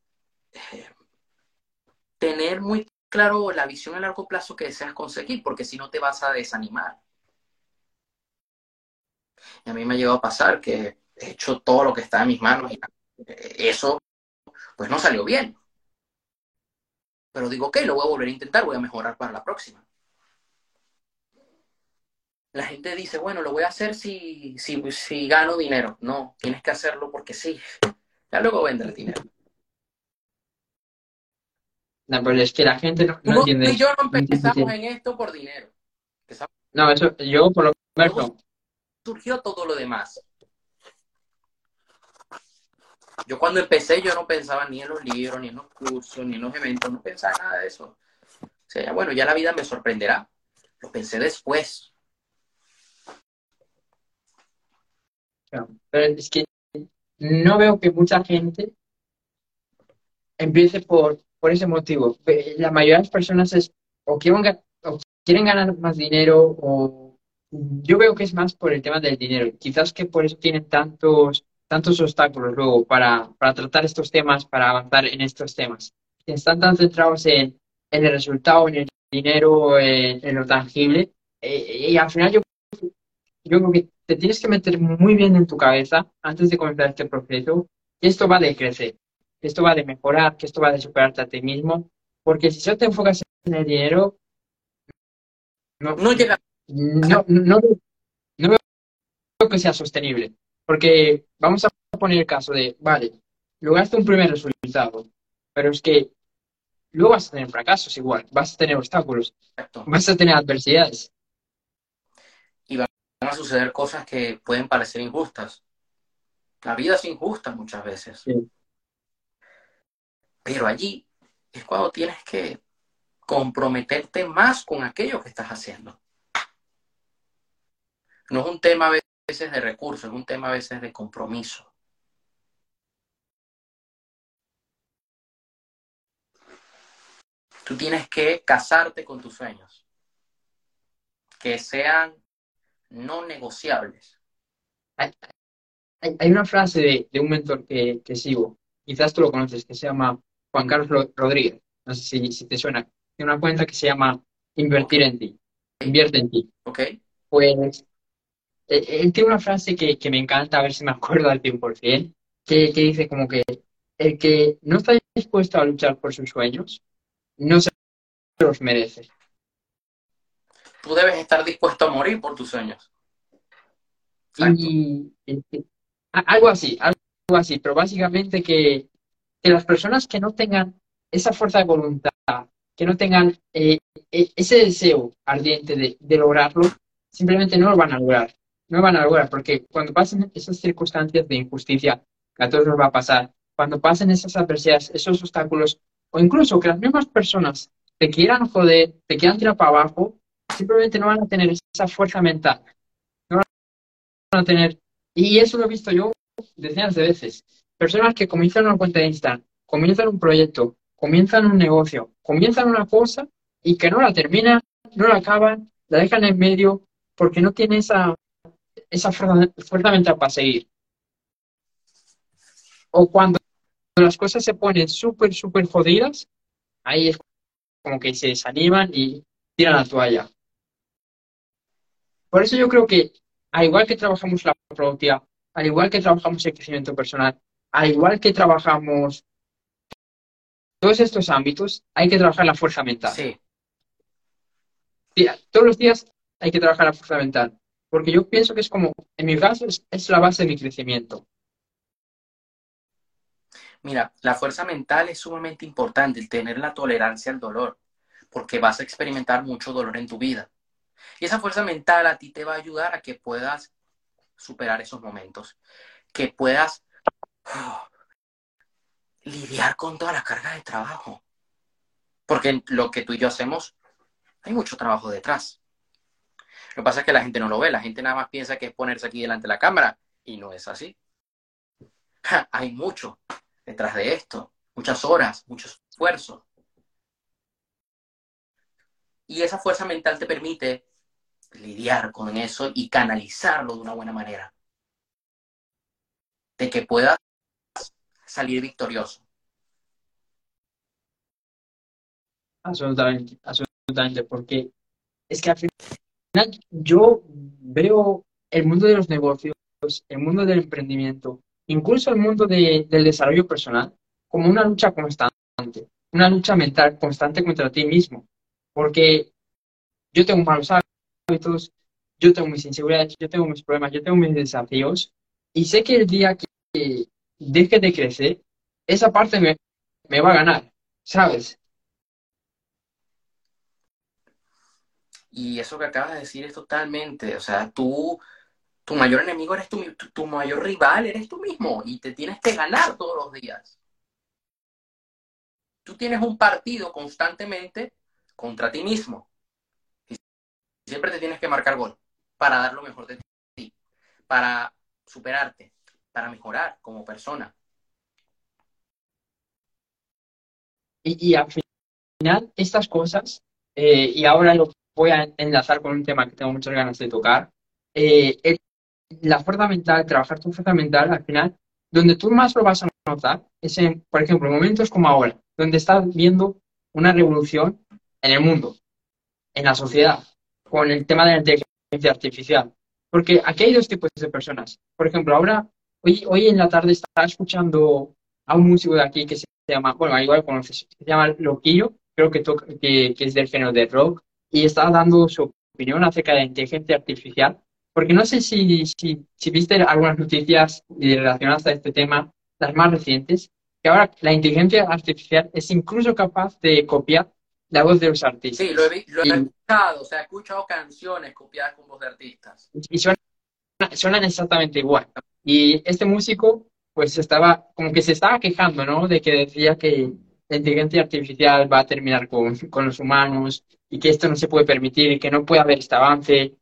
tener muy claro la visión a largo plazo que deseas conseguir, porque si no te vas a desanimar. Y a mí me ha llegado a pasar que he hecho todo lo que está en mis manos y eso pues no salió bien. Pero digo, ok, lo voy a volver a intentar, voy a mejorar para la próxima. La gente dice, bueno, lo voy a hacer si gano dinero. No, tienes que hacerlo porque sí. Ya luego vendrá el dinero. No, pues es que la gente no Tú entiende y eso. yo no No entiende empezamos en esto por dinero. no, eso, yo por lo menos Luego no. surgió todo lo demás. Yo cuando empecé yo no pensaba ni en los libros, ni en los cursos, ni en los eventos, no pensaba nada de eso. O sea, bueno, ya la vida me sorprenderá. Lo pensé después. No. Pero es que no veo que mucha gente empiece por ese motivo. La mayoría de las personas es o quieren ganar más dinero o yo veo que es más por el tema del dinero. Quizás que por eso tienen tantos obstáculos luego para tratar estos temas, para avanzar en estos temas. Están tan centrados en el resultado, en el dinero, en lo tangible. Y al final yo creo que te tienes que meter muy bien en tu cabeza antes de comenzar este proceso, que esto va de crecer, que esto va de mejorar, que esto va de superarte a ti mismo, porque si solo te enfocas en el dinero, no, No llega. no veo que sea sostenible, porque vamos a poner el caso de, vale, lograste un primer resultado, pero es que luego vas a tener fracasos igual, vas a tener obstáculos, Exacto. vas a tener adversidades. Y van a suceder cosas que pueden parecer injustas. La vida es injusta muchas veces. Sí. Pero allí es cuando tienes que comprometerte más con aquello que estás haciendo. No es un tema a veces de recursos, es un tema a veces de compromiso. Tú tienes que casarte con tus sueños, que sean no negociables. Hay una frase de un mentor que sigo, quizás tú lo conoces, que se llama Juan Carlos Rodríguez, no sé si te suena, tiene una cuenta que se llama ¿Ok? Invertir en ti, invierte en ti. ¿Ok? Pues él tiene una frase que me encanta, a ver si me acuerdo al 100%, que dice como que el que no está dispuesto a luchar por sus sueños, no se los merece. Tú debes estar dispuesto a morir por tus sueños. Exacto. Algo así, pero básicamente que las personas que no tengan esa fuerza de voluntad, que no tengan ese deseo ardiente de lograrlo, simplemente no lo van a lograr. No lo van a lograr, porque cuando pasen esas circunstancias de injusticia, que a todos nos va a pasar, cuando pasen esas adversidades, esos obstáculos, o incluso que las mismas personas te quieran joder, te quieran tirar para abajo, simplemente no van a tener esa fuerza mental, no van a tener, y eso lo he visto yo decenas de veces. Personas que comienzan una cuenta de Instagram, comienzan un proyecto, comienzan un negocio, comienzan una cosa y que no la terminan, no la acaban, la dejan en medio porque no tienen esa fuerza mental para seguir. O cuando las cosas se ponen súper, súper jodidas, ahí es como que se desaniman y tiran la toalla. Por eso yo creo que, al igual que trabajamos la productividad, al igual que trabajamos el crecimiento personal, al igual que trabajamos todos estos ámbitos, hay que trabajar la fuerza mental. Sí, Todos los días hay que trabajar la fuerza mental, porque yo pienso que es como, en mi caso, es la base de mi crecimiento. mira, la fuerza mental es sumamente importante, el tener la tolerancia al dolor, porque vas a experimentar mucho dolor en tu vida. Y esa fuerza mental a ti te va a ayudar a que puedas superar esos momentos, que puedas lidiar con toda la carga de trabajo. Porque lo que tú y yo hacemos, hay mucho trabajo detrás. Lo que pasa es que la gente no lo ve, la gente nada más piensa que es ponerse aquí delante de la cámara y no es así. Hay mucho detrás de esto, muchas horas, mucho esfuerzo. Y esa fuerza mental te permite lidiar con eso y canalizarlo de una buena manera, de que puedas salir victorioso. Absolutamente, absolutamente, porque es que al final yo veo el mundo de los negocios, el mundo del emprendimiento, incluso el mundo del desarrollo personal, como una lucha constante, una lucha mental constante contra ti mismo. Porque yo tengo malos hábitos, yo tengo mis inseguridades, yo tengo mis problemas, yo tengo mis desafíos, y sé que el día que deje de crecer, esa parte me va a ganar, ¿sabes? Y eso que acabas de decir es totalmente, o sea, tu mayor enemigo eres tu mayor rival eres tú mismo y te tienes que ganar todos los días. Tú tienes un partido constantemente contra ti mismo y siempre te tienes que marcar gol para dar lo mejor de ti, para superarte, para mejorar como persona. Y al final, estas cosas, y ahora lo voy a enlazar con un tema que tengo muchas ganas de tocar, el la fuerza mental, trabajar tu fuerza mental, al final, donde tú más lo vas a notar es en, por ejemplo, en momentos como ahora, donde estás viendo una revolución en el mundo, en la sociedad, con el tema de la inteligencia artificial. Porque aquí hay dos tipos de personas. Por ejemplo, ahora, hoy en la tarde estaba escuchando a un músico de aquí que se llama, bueno, igual conoces, se llama Loquillo, creo que es del género de rock, y estaba dando su opinión acerca de la inteligencia artificial. Porque no sé si viste algunas noticias relacionadas a este tema, las más recientes, que ahora la inteligencia artificial es incluso capaz de copiar la voz de los Sí, artistas. lo he escuchado, o sea, he escuchado canciones copiadas con voz de artistas. Y suenan exactamente igual. Y este músico, pues estaba, como que se estaba quejando, ¿no? De que decía que la inteligencia artificial va a terminar con los humanos y que esto no se puede permitir, que no puede haber este avance,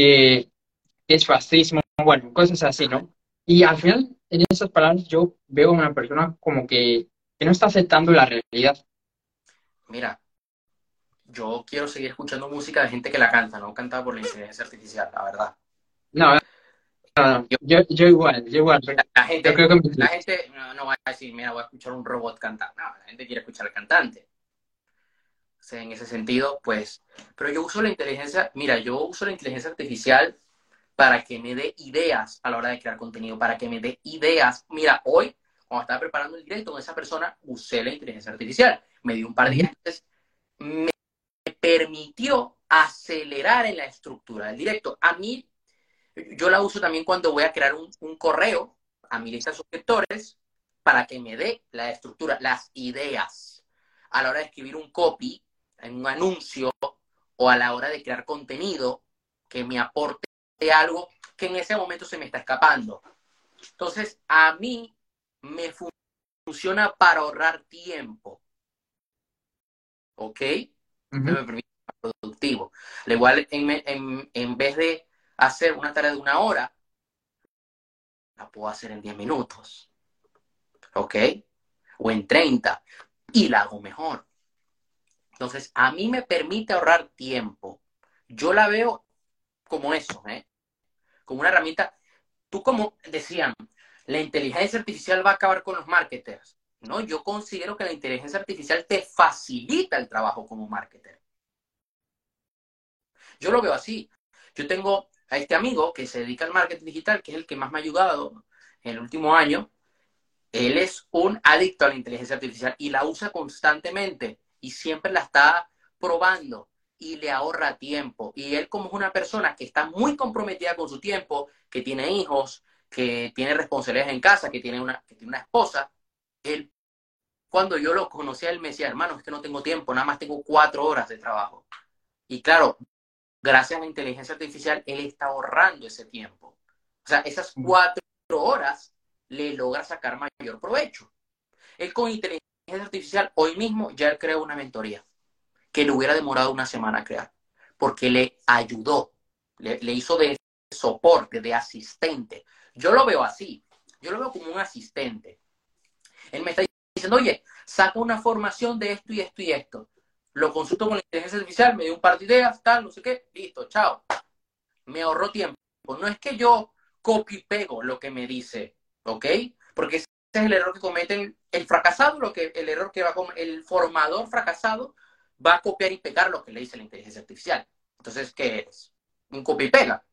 que es fascismo, bueno, cosas así, ¿no? Y al final, en esas palabras, yo veo a una persona como que no está aceptando la realidad. Mira, yo quiero seguir escuchando música de gente que la canta, no cantada por la inteligencia artificial, la verdad. No, no, Yo, yo igual, pero yo creo que me la gente no va a decir, mira, voy a escuchar un robot cantar. No, la gente quiere escuchar al cantante. O sea, en ese sentido, pues, pero yo uso la inteligencia, mira, yo uso la inteligencia artificial para que me dé ideas a la hora de crear contenido, para que me dé ideas. Mira, hoy, cuando estaba preparando el directo con esa persona, usé la inteligencia artificial. Me dio un par de Ujú, ideas, entonces me permitió acelerar en la estructura del directo. A mí, yo la uso también cuando voy a crear un correo a mi lista de suscriptores para que me dé la estructura, las ideas a la hora de escribir un copy en un anuncio o a la hora de crear contenido que me aporte algo que en ese momento se me está escapando. Entonces, a mí me funciona para ahorrar tiempo, ¿ok? Me ujú. permite ser productivo. Al igual, en vez de hacer una tarea de una hora, la puedo hacer en 10 minutos, ¿ok? O en 30 y la hago mejor. Entonces, a mí me permite ahorrar tiempo. Yo la veo como eso, ¿eh? como una herramienta. Tú como decían, la inteligencia artificial va a acabar con los marketers. No, yo considero que la inteligencia artificial te facilita el trabajo como marketer. Yo lo veo así. Yo tengo a este amigo que se dedica al marketing digital, que es el que más me ha ayudado en el último año. Él es un adicto a la inteligencia artificial y la usa constantemente y siempre la está probando y le ahorra tiempo. Y él, como es una persona que está muy comprometida con su tiempo, que tiene hijos, que tiene responsabilidades en casa, que tiene una esposa, él, cuando yo lo conocí, él me decía, hermano, es que no tengo tiempo, nada más tengo 4 horas de trabajo. Y claro, gracias a la inteligencia artificial, él está ahorrando ese tiempo. O sea, esas 4 horas le logra sacar mayor provecho. Él con inteligencia artificial, hoy mismo ya él creó una mentoría que le hubiera demorado una semana a crear, porque le ayudó, le hizo de soporte, de asistente. Yo lo veo así, yo lo veo como un asistente. Él me está diciendo, oye, saca una formación de esto y esto y esto. Lo consulto con la inteligencia artificial, me dio un par de ideas, tal, no sé qué, listo, chao. Me ahorró tiempo. No es que yo copio y pego lo que me dice, ¿ok? Porque ese es el error que cometen el fracasado, el error que va a cometer el formador fracasado va a copiar y pegar lo que le dice la inteligencia artificial. Entonces, ¿qué es? Un copia y pega.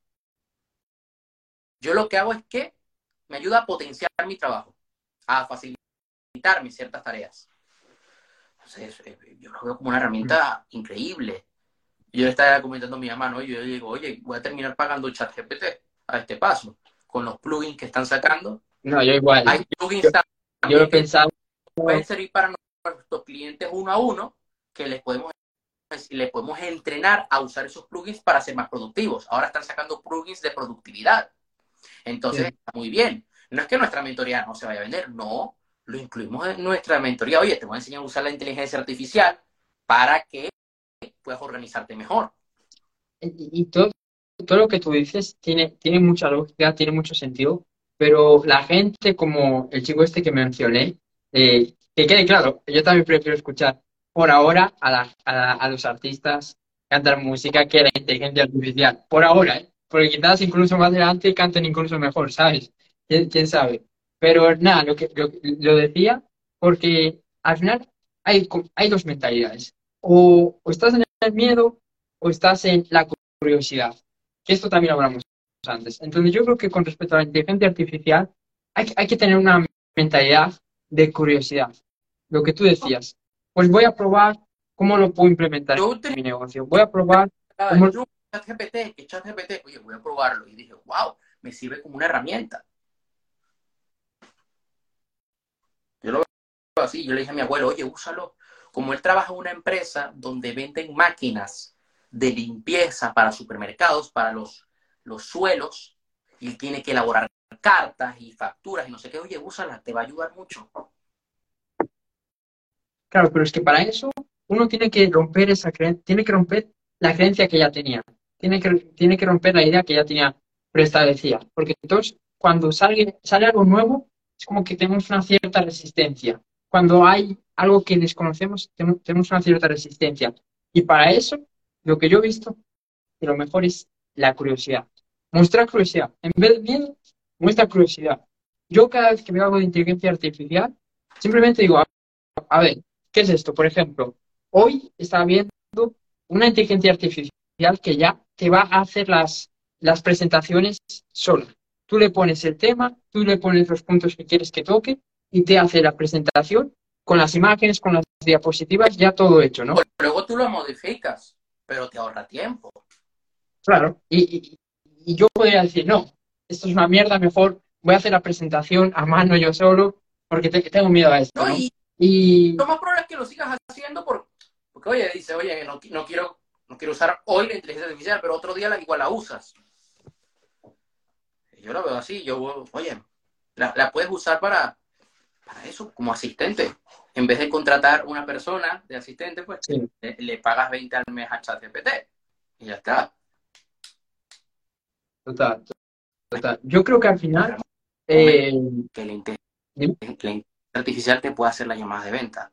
Yo lo que hago es que me ayuda a potenciar mi trabajo, a facilitarme ciertas tareas. Entonces, yo lo veo como una herramienta increíble. Yo le estaba comentando a mi mamá, ¿no? Yo digo, oye, voy a terminar pagando ChatGPT a este paso, con los plugins que están sacando. No, yo igual. Hay plugins Yo lo he también que pensado. pueden servir para nuestros clientes uno a uno, que les podemos entrenar a usar esos plugins para ser más productivos. Ahora están sacando plugins de productividad. Entonces, Sí. está muy bien. No es que nuestra mentoría no se vaya a vender, no. Lo incluimos en nuestra mentoría. Oye, te voy a enseñar a usar la inteligencia artificial para que puedas organizarte mejor. Y todo lo que tú dices tiene mucha lógica, tiene mucho sentido, pero la gente como el chico este que mencioné, que quede claro, yo también prefiero escuchar por ahora a los artistas cantar música que la inteligencia artificial, por ahora, ¿eh? Porque quizás incluso más adelante canten incluso mejor, ¿sabes? ¿Quién sabe? Pero nada, lo decía porque al final hay dos mentalidades. O estás en el miedo o estás en la curiosidad. Que esto también lo hablamos antes. Entonces yo creo que con respecto a la inteligencia artificial hay que tener una mentalidad de curiosidad. Lo que tú decías, pues voy a probar cómo lo puedo implementar Yo en mi negocio. Voy a probar el cómo... truco que ChatGPT, oye, voy a probarlo. Y dije, wow, me sirve como una herramienta. Yo lo veo así, yo le dije a mi abuelo, oye, úsalo. Como él trabaja en una empresa donde venden máquinas de limpieza para supermercados, para los suelos, y él tiene que elaborar cartas y facturas y no sé qué, oye, úsala, te va a ayudar mucho. Claro, pero es que para eso uno tiene que romper esa creencia, tiene que romper la creencia que ya tenía. Tiene que romper la idea que ya tenía preestablecida. Porque entonces, cuando sale algo nuevo, es como que tenemos una cierta resistencia. Cuando hay algo que desconocemos, tenemos una cierta resistencia. Y para eso, lo que yo he visto, que lo mejor es la curiosidad. Mostrar curiosidad. En vez de miedo, muestra curiosidad. Yo cada vez que veo algo de inteligencia artificial, simplemente digo, a ver, ¿qué es esto? Por ejemplo, hoy estaba viendo una inteligencia artificial que ya te va a hacer las presentaciones sola. Tú le pones el tema, tú le pones los puntos que quieres que toque y te hace la presentación con las imágenes, con las diapositivas, ya todo hecho, ¿no? Luego tú lo modificas, pero te ahorra tiempo. Claro. Y yo podría decir, no, esto es una mierda, mejor voy a hacer la presentación a mano yo solo porque tengo miedo a esto, No, ¿no? y Y lo más probable es que lo sigas haciendo porque oye, dice, oye, no quiero usar hoy la inteligencia artificial, pero otro día igual la usas. Yo lo veo así, oye, la puedes usar para eso, como asistente. En vez de contratar una persona de asistente, pues sí, le pagas 20 al mes a ChatGPT y ya está. total, total. Yo creo que al final, Momento eh, que dime. la inteligencia artificial te puede hacer las llamadas de venta.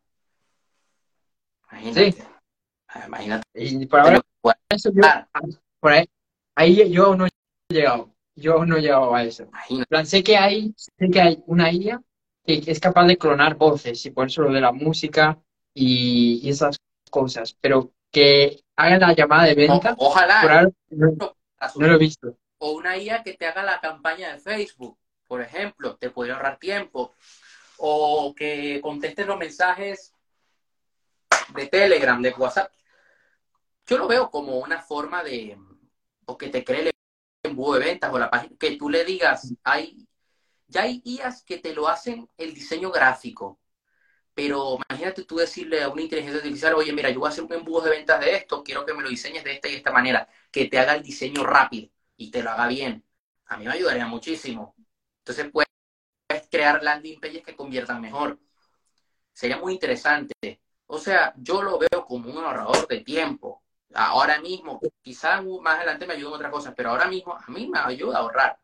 Sí, Imagínate. Imagínate y por lo ahora que puede eso dar. por ahí yo aún no he llegado. yo no llevaba a eso. En Imagínate. plan, sé que hay una IA que es capaz de clonar voces y por eso lo de la música y esas cosas, pero que haga la llamada de venta, por Ojalá, ahora no lo he o visto. una IA que te haga la campaña de Facebook, por ejemplo, te podría ahorrar tiempo, o que conteste los mensajes de Telegram, de WhatsApp. Yo lo veo como una forma de, o que te cree el embudo de ventas o la página, que tú le digas, ya hay IAs que te lo hacen el diseño gráfico, pero imagínate tú decirle a una inteligencia artificial, oye, mira, yo voy a hacer un embudo de ventas de esto, quiero que me lo diseñes de esta y esta manera, que te haga el diseño rápido y te lo haga bien. A mí me ayudaría muchísimo. Entonces puedes crear landing pages que conviertan mejor. Sería muy interesante. O sea, yo lo veo como un ahorrador de tiempo. Ahora mismo, quizás más adelante me ayuden otras cosas, pero ahora mismo a mí me ayuda a ahorrar.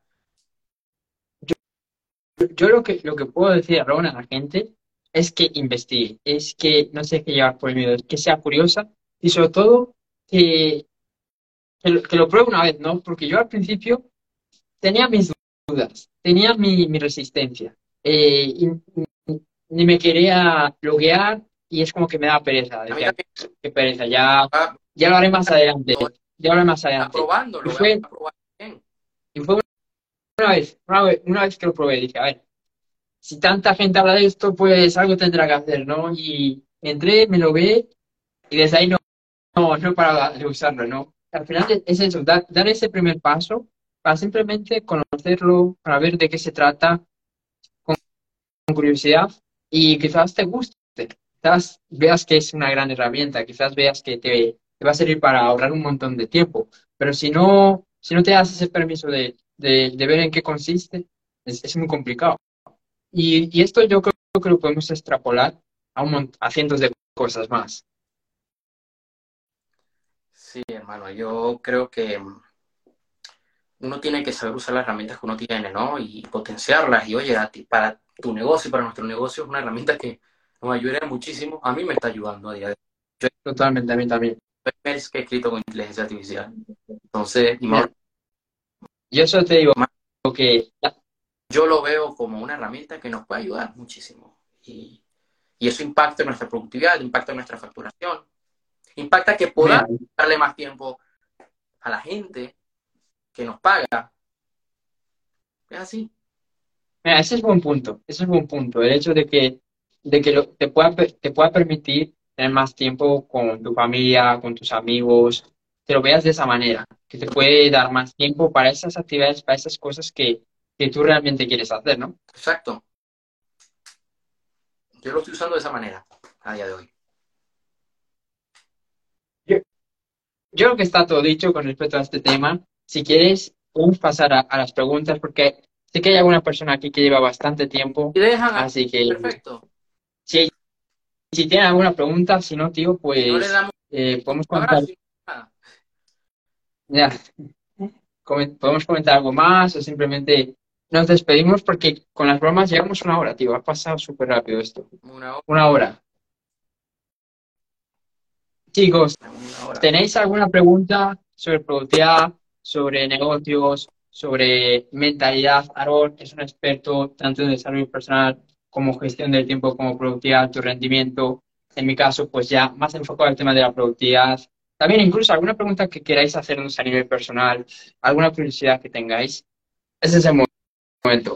Yo lo que puedo decir a la gente es que investigue, es que no se deje llevar por el miedo, es que sea curiosa y sobre todo que, que lo pruebe una vez, ¿no? Porque yo al principio tenía mis dudas, tenía mi resistencia. Y ni me quería loguear y es como que me da pereza. A mí Decía, también qué pereza, ya lo haré más adelante, lo voy ya lo haré más a adelante. probando, Y lo voy a fue, probar bien. y fue una vez que lo probé, dije, a ver, si tanta gente habla de esto, pues algo tendrá que hacer, ¿no? Y entré, me lo ve y desde ahí no para de usarlo, ¿no? Al final es eso, dar ese primer paso para simplemente conocerlo, para ver de qué se trata, con curiosidad y quizás te guste, quizás veas que es una gran herramienta, quizás veas que te va a servir para ahorrar un montón de tiempo, pero si no te das ese permiso de ver en qué consiste, es muy complicado. Y esto yo creo que lo podemos extrapolar a cientos de cosas más. Sí, hermano, yo creo que uno tiene que saber usar las herramientas que uno tiene, ¿no? Y potenciarlas. Y oye, a ti, para tu negocio, para nuestro negocio, es una herramienta que nos ayudaría muchísimo. A mí me está ayudando a día de hoy. Yo Totalmente, a mí también. hay emails que he escrito con inteligencia artificial. Entonces, Mira, yo solo te digo más, que yo lo veo como una herramienta que nos puede ayudar muchísimo. Y eso impacta en nuestra productividad, impacta en nuestra facturación, impacta que podamos mira, darle más tiempo a la gente que nos paga. Es así. Mira, ese es buen punto, ese es buen punto. El hecho de que te pueda permitir tener más tiempo con tu familia, con tus amigos, que lo veas de esa manera, que te puede dar más tiempo para esas actividades, para esas cosas que tú realmente quieres hacer, ¿no? Exacto. Yo lo estoy usando de esa manera a día de hoy. Yo, yo creo que está todo dicho con respecto a este tema. Si quieres, podemos pasar a las preguntas, porque sé que hay alguna persona aquí que lleva bastante tiempo, Y dejan a... así que Perfecto. si, si tienen alguna pregunta, si no, tío, Y no le pues damos un podemos comentar. abrazo y nada. Ya, podemos comentar algo más o simplemente nos despedimos porque con las bromas llevamos una hora, tío. Ha pasado súper rápido esto. Una hora, Una hora. Chicos, una hora. ¿tenéis alguna pregunta sobre productividad, sobre negocios, sobre mentalidad? Aarón es un experto tanto en desarrollo personal como gestión del tiempo, como productividad, tu rendimiento. En mi caso, pues ya más enfocado al tema de la productividad. También incluso alguna pregunta que queráis hacernos a nivel personal, alguna curiosidad que tengáis. Ese es el momento.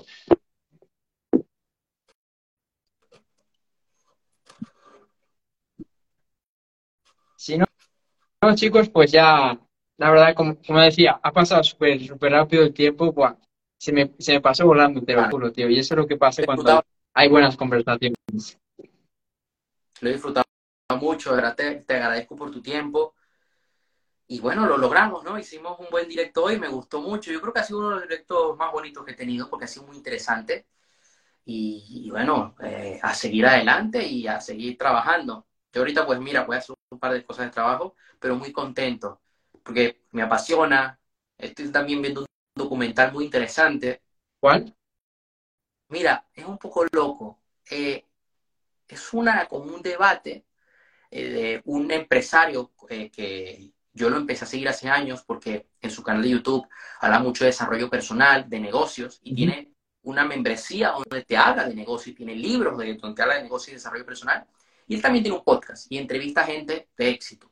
Si no, no, chicos, pues ya, la verdad, como decía, ha pasado súper rápido el tiempo. Buah, se me pasó volando, te lo Bueno, juro, tío. Y eso es lo que pasa lo he cuando disfrutado, hay buenas conversaciones. lo he disfrutado mucho, de verdad te agradezco por tu tiempo. Y bueno, lo logramos, ¿no? Hicimos un buen directo hoy, me gustó mucho. Yo creo que ha sido uno de los directos más bonitos que he tenido porque ha sido muy interesante. Y bueno, a seguir adelante y a seguir trabajando. Yo ahorita, pues mira, voy a hacer un par de cosas de trabajo, pero muy contento porque me apasiona. Estoy también viendo un documental muy interesante. ¿Cuál? Mira, es un poco loco. Es como un debate de un empresario que Yo lo empecé a seguir hace años porque en su canal de YouTube habla mucho de desarrollo personal, de negocios, y Ujú. tiene una membresía donde te habla de negocios, y tiene libros donde te habla de negocios y desarrollo personal. Y él también tiene un podcast y entrevista a gente de éxito.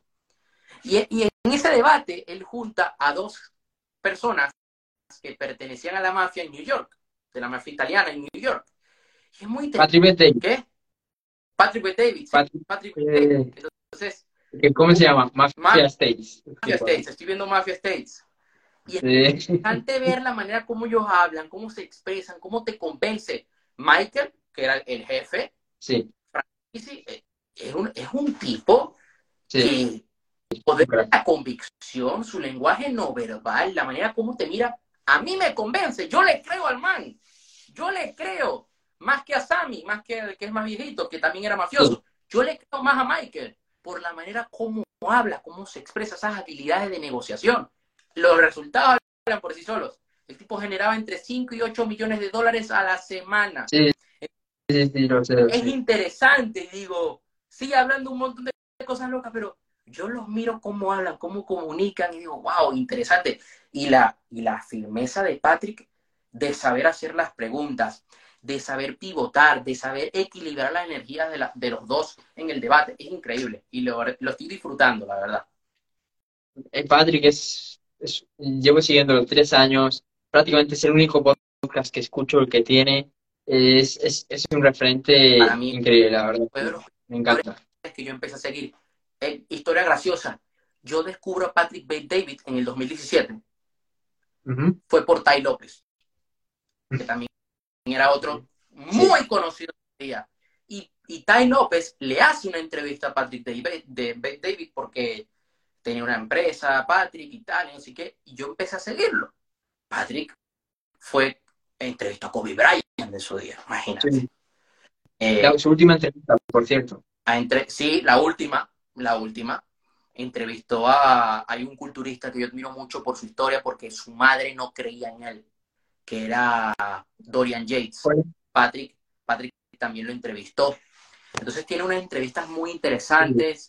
Y en ese debate, él junta a dos personas que pertenecían a la mafia en New York, de la mafia italiana en New York. Y es muy interesante. Patrick Bet-David. ¿Qué? Patrick Bet-David, sí, Patrick, Patrick Bet-David. eh, Entonces, ¿cómo se llama? Mafia States. Mafia Tipo, States, estoy viendo Mafia States. Y es sí, interesante ver la manera como ellos hablan, cómo se expresan, cómo te convence. Michael, que era el jefe, sí, Francis, es un tipo sí, que poder, un crack. la convicción, su lenguaje no verbal, la manera como te mira, a mí me convence. Yo le creo al man. Yo le creo. Más que a Sammy, más que el que es más viejito, que también era Sí, mafioso. Yo le creo más a Michael por la manera como habla, cómo se expresa, esas habilidades de negociación. Los resultados hablan por sí solos. El tipo generaba entre 5 y 8 millones de dólares a la semana. sí, sí, sí, lo sé, lo Es sé. interesante, digo, sigue hablando un montón de cosas locas, pero yo los miro cómo hablan, cómo comunican y digo, wow, interesante. Y la firmeza de Patrick de saber hacer las preguntas, de saber pivotar, de saber equilibrar las energías de los dos en el debate, es increíble. Y lo estoy disfrutando, la verdad. Patrick llevo siguiéndolo 3 años, prácticamente es el único podcast que escucho, el que tiene, es un Para referente mí, increíble, la verdad, fue de los me mejores encanta. que yo empecé a seguir. Historia graciosa. Yo descubro a Patrick David en el 2017. Ujú. Fue por Tai López, que también era otro Sí, muy conocido día. Y Tai López le hace una entrevista a Patrick David porque tenía una empresa, Patrick y tal, y no sé qué, y yo empecé a seguirlo. Patrick fue, entrevistó a Kobe Bryant en su día, imagínate. sí. Eh, Su última entrevista, por cierto. sí, la última, entrevistó hay un culturista que yo admiro mucho por su historia, porque su madre no creía en él, que era Dorian Yates. Bueno, Patrick también lo entrevistó. Entonces tiene unas entrevistas muy sí, interesantes,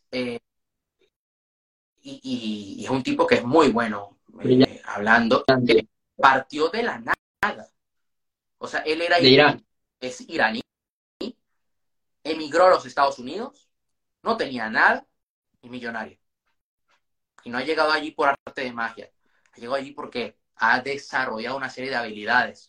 y es un tipo que es muy bueno hablando. brillante. Partió de la nada. O sea, él era De Irán. es iraní, emigró a los Estados Unidos, no tenía nada y millonario. Y no ha llegado allí por arte de magia. Ha llegado allí porque ha desarrollado una serie de habilidades.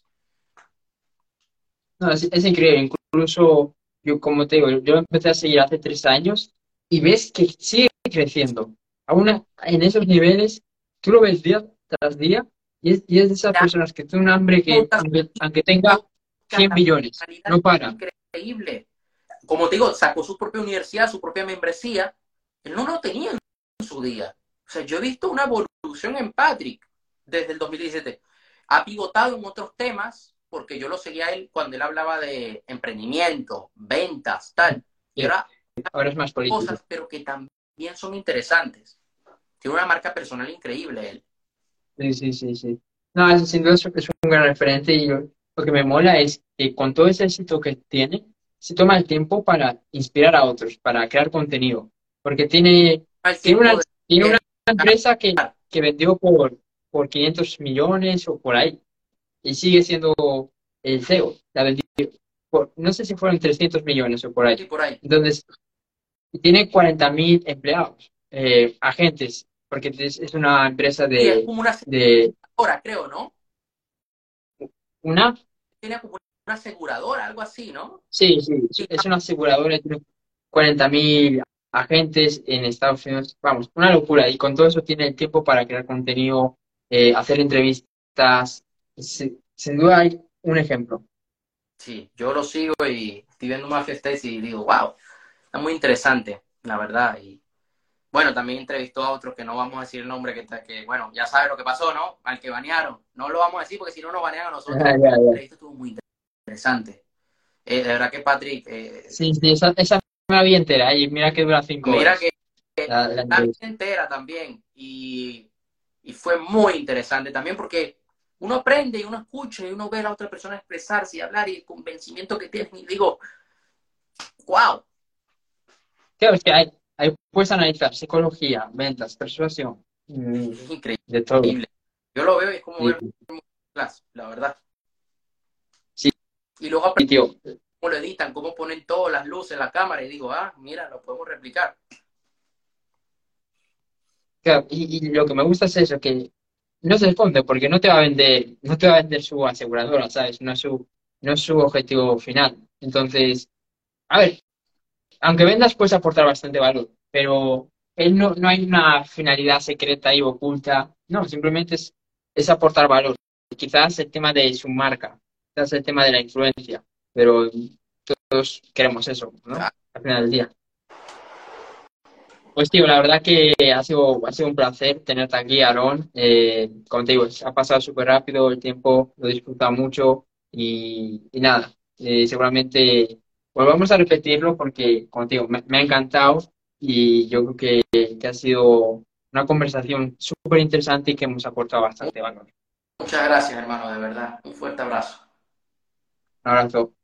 No, es increíble. Incluso yo, como te digo, yo lo empecé a seguir hace 3 años y ves que sigue creciendo. Aún en esos niveles, tú lo ves día tras día y es de esas personas que tiene un hambre que, Muchas, aunque tenga 100 la millones, personalidad no para. increíble. Como te digo, sacó su propia universidad, su propia membresía. Él no lo tenía en su día. O sea, yo he visto una evolución en Patrick desde el 2017. Ha pivotado en otros temas, porque yo lo seguía a él cuando él hablaba de emprendimiento, ventas, tal. Y Sí, ahora ahora es más político. cosas, pero que también son interesantes. Tiene una marca personal increíble él. Sí, sí, sí, sí. No, sin duda es un gran referente y lo que me mola es que con todo ese éxito que tiene, se toma el tiempo para inspirar a otros, para crear contenido. Porque El tiene una, tiempo de tiene una educar. empresa que vendió por 500 millones o por ahí y sigue siendo el CEO. La vendió no sé si fueron 300 millones o por ahí. Y por ahí. Entonces, y tiene 40.000 empleados, agentes, porque es una empresa Y es como una de aseguradora, creo, ¿no? una, Tiene como una aseguradora, algo así, ¿no? sí, sí, Sí, es una aseguradora, tiene 40.000 agentes en Estados Unidos, vamos, una locura, y con todo eso tiene el tiempo para crear contenido, hacer entrevistas, sin duda hay un ejemplo. sí, yo lo sigo y estoy viendo Mafia States y digo, wow, está muy interesante, la verdad. Y bueno, también entrevistó a otros que no vamos a decir el nombre, que bueno, ya sabes lo que pasó, ¿no? Al que banearon. No lo vamos a decir porque si no nos banean a nosotros. Ya, La ya. entrevista estuvo muy interesante. De verdad que Patrick, Sí, sí, esa me la vi entera, y mira que dura cinco mira que horas la la vida entrevista. entera también. Y fue muy interesante también porque uno aprende y uno escucha y uno ve a la otra persona expresarse y hablar y el convencimiento que tiene. Y digo, wow, Claro, es que hay puedes analizar psicología, ventas, persuasión. mm, Es de todo. increíble. Yo lo veo y es como Sí, ver clase, la verdad. sí, Y luego sí, aprendo tío. cómo lo editan, cómo ponen todas las luces, la cámara, y digo, ah, mira, lo podemos replicar. Claro, y lo que me gusta es eso, que no se esconde, porque no te va a vender, no te va a vender su aseguradora, ¿sabes? No es su objetivo final. Entonces, a ver, aunque vendas, puedes aportar bastante valor, pero él no hay una finalidad secreta y oculta. No, simplemente es aportar valor. Quizás el tema de su marca, quizás el tema de la influencia, pero todos queremos eso, ¿no? Ah, Al final del día. Pues tío, la verdad que ha sido un placer tenerte aquí, Aarón. Como te digo, ha pasado súper rápido el tiempo, lo he disfrutado mucho y nada, seguramente volvamos a repetirlo porque, como te digo, me ha encantado y yo creo que ha sido una conversación súper interesante y que hemos aportado bastante valor. muchas gracias, hermano, de verdad. Un fuerte abrazo. Un abrazo.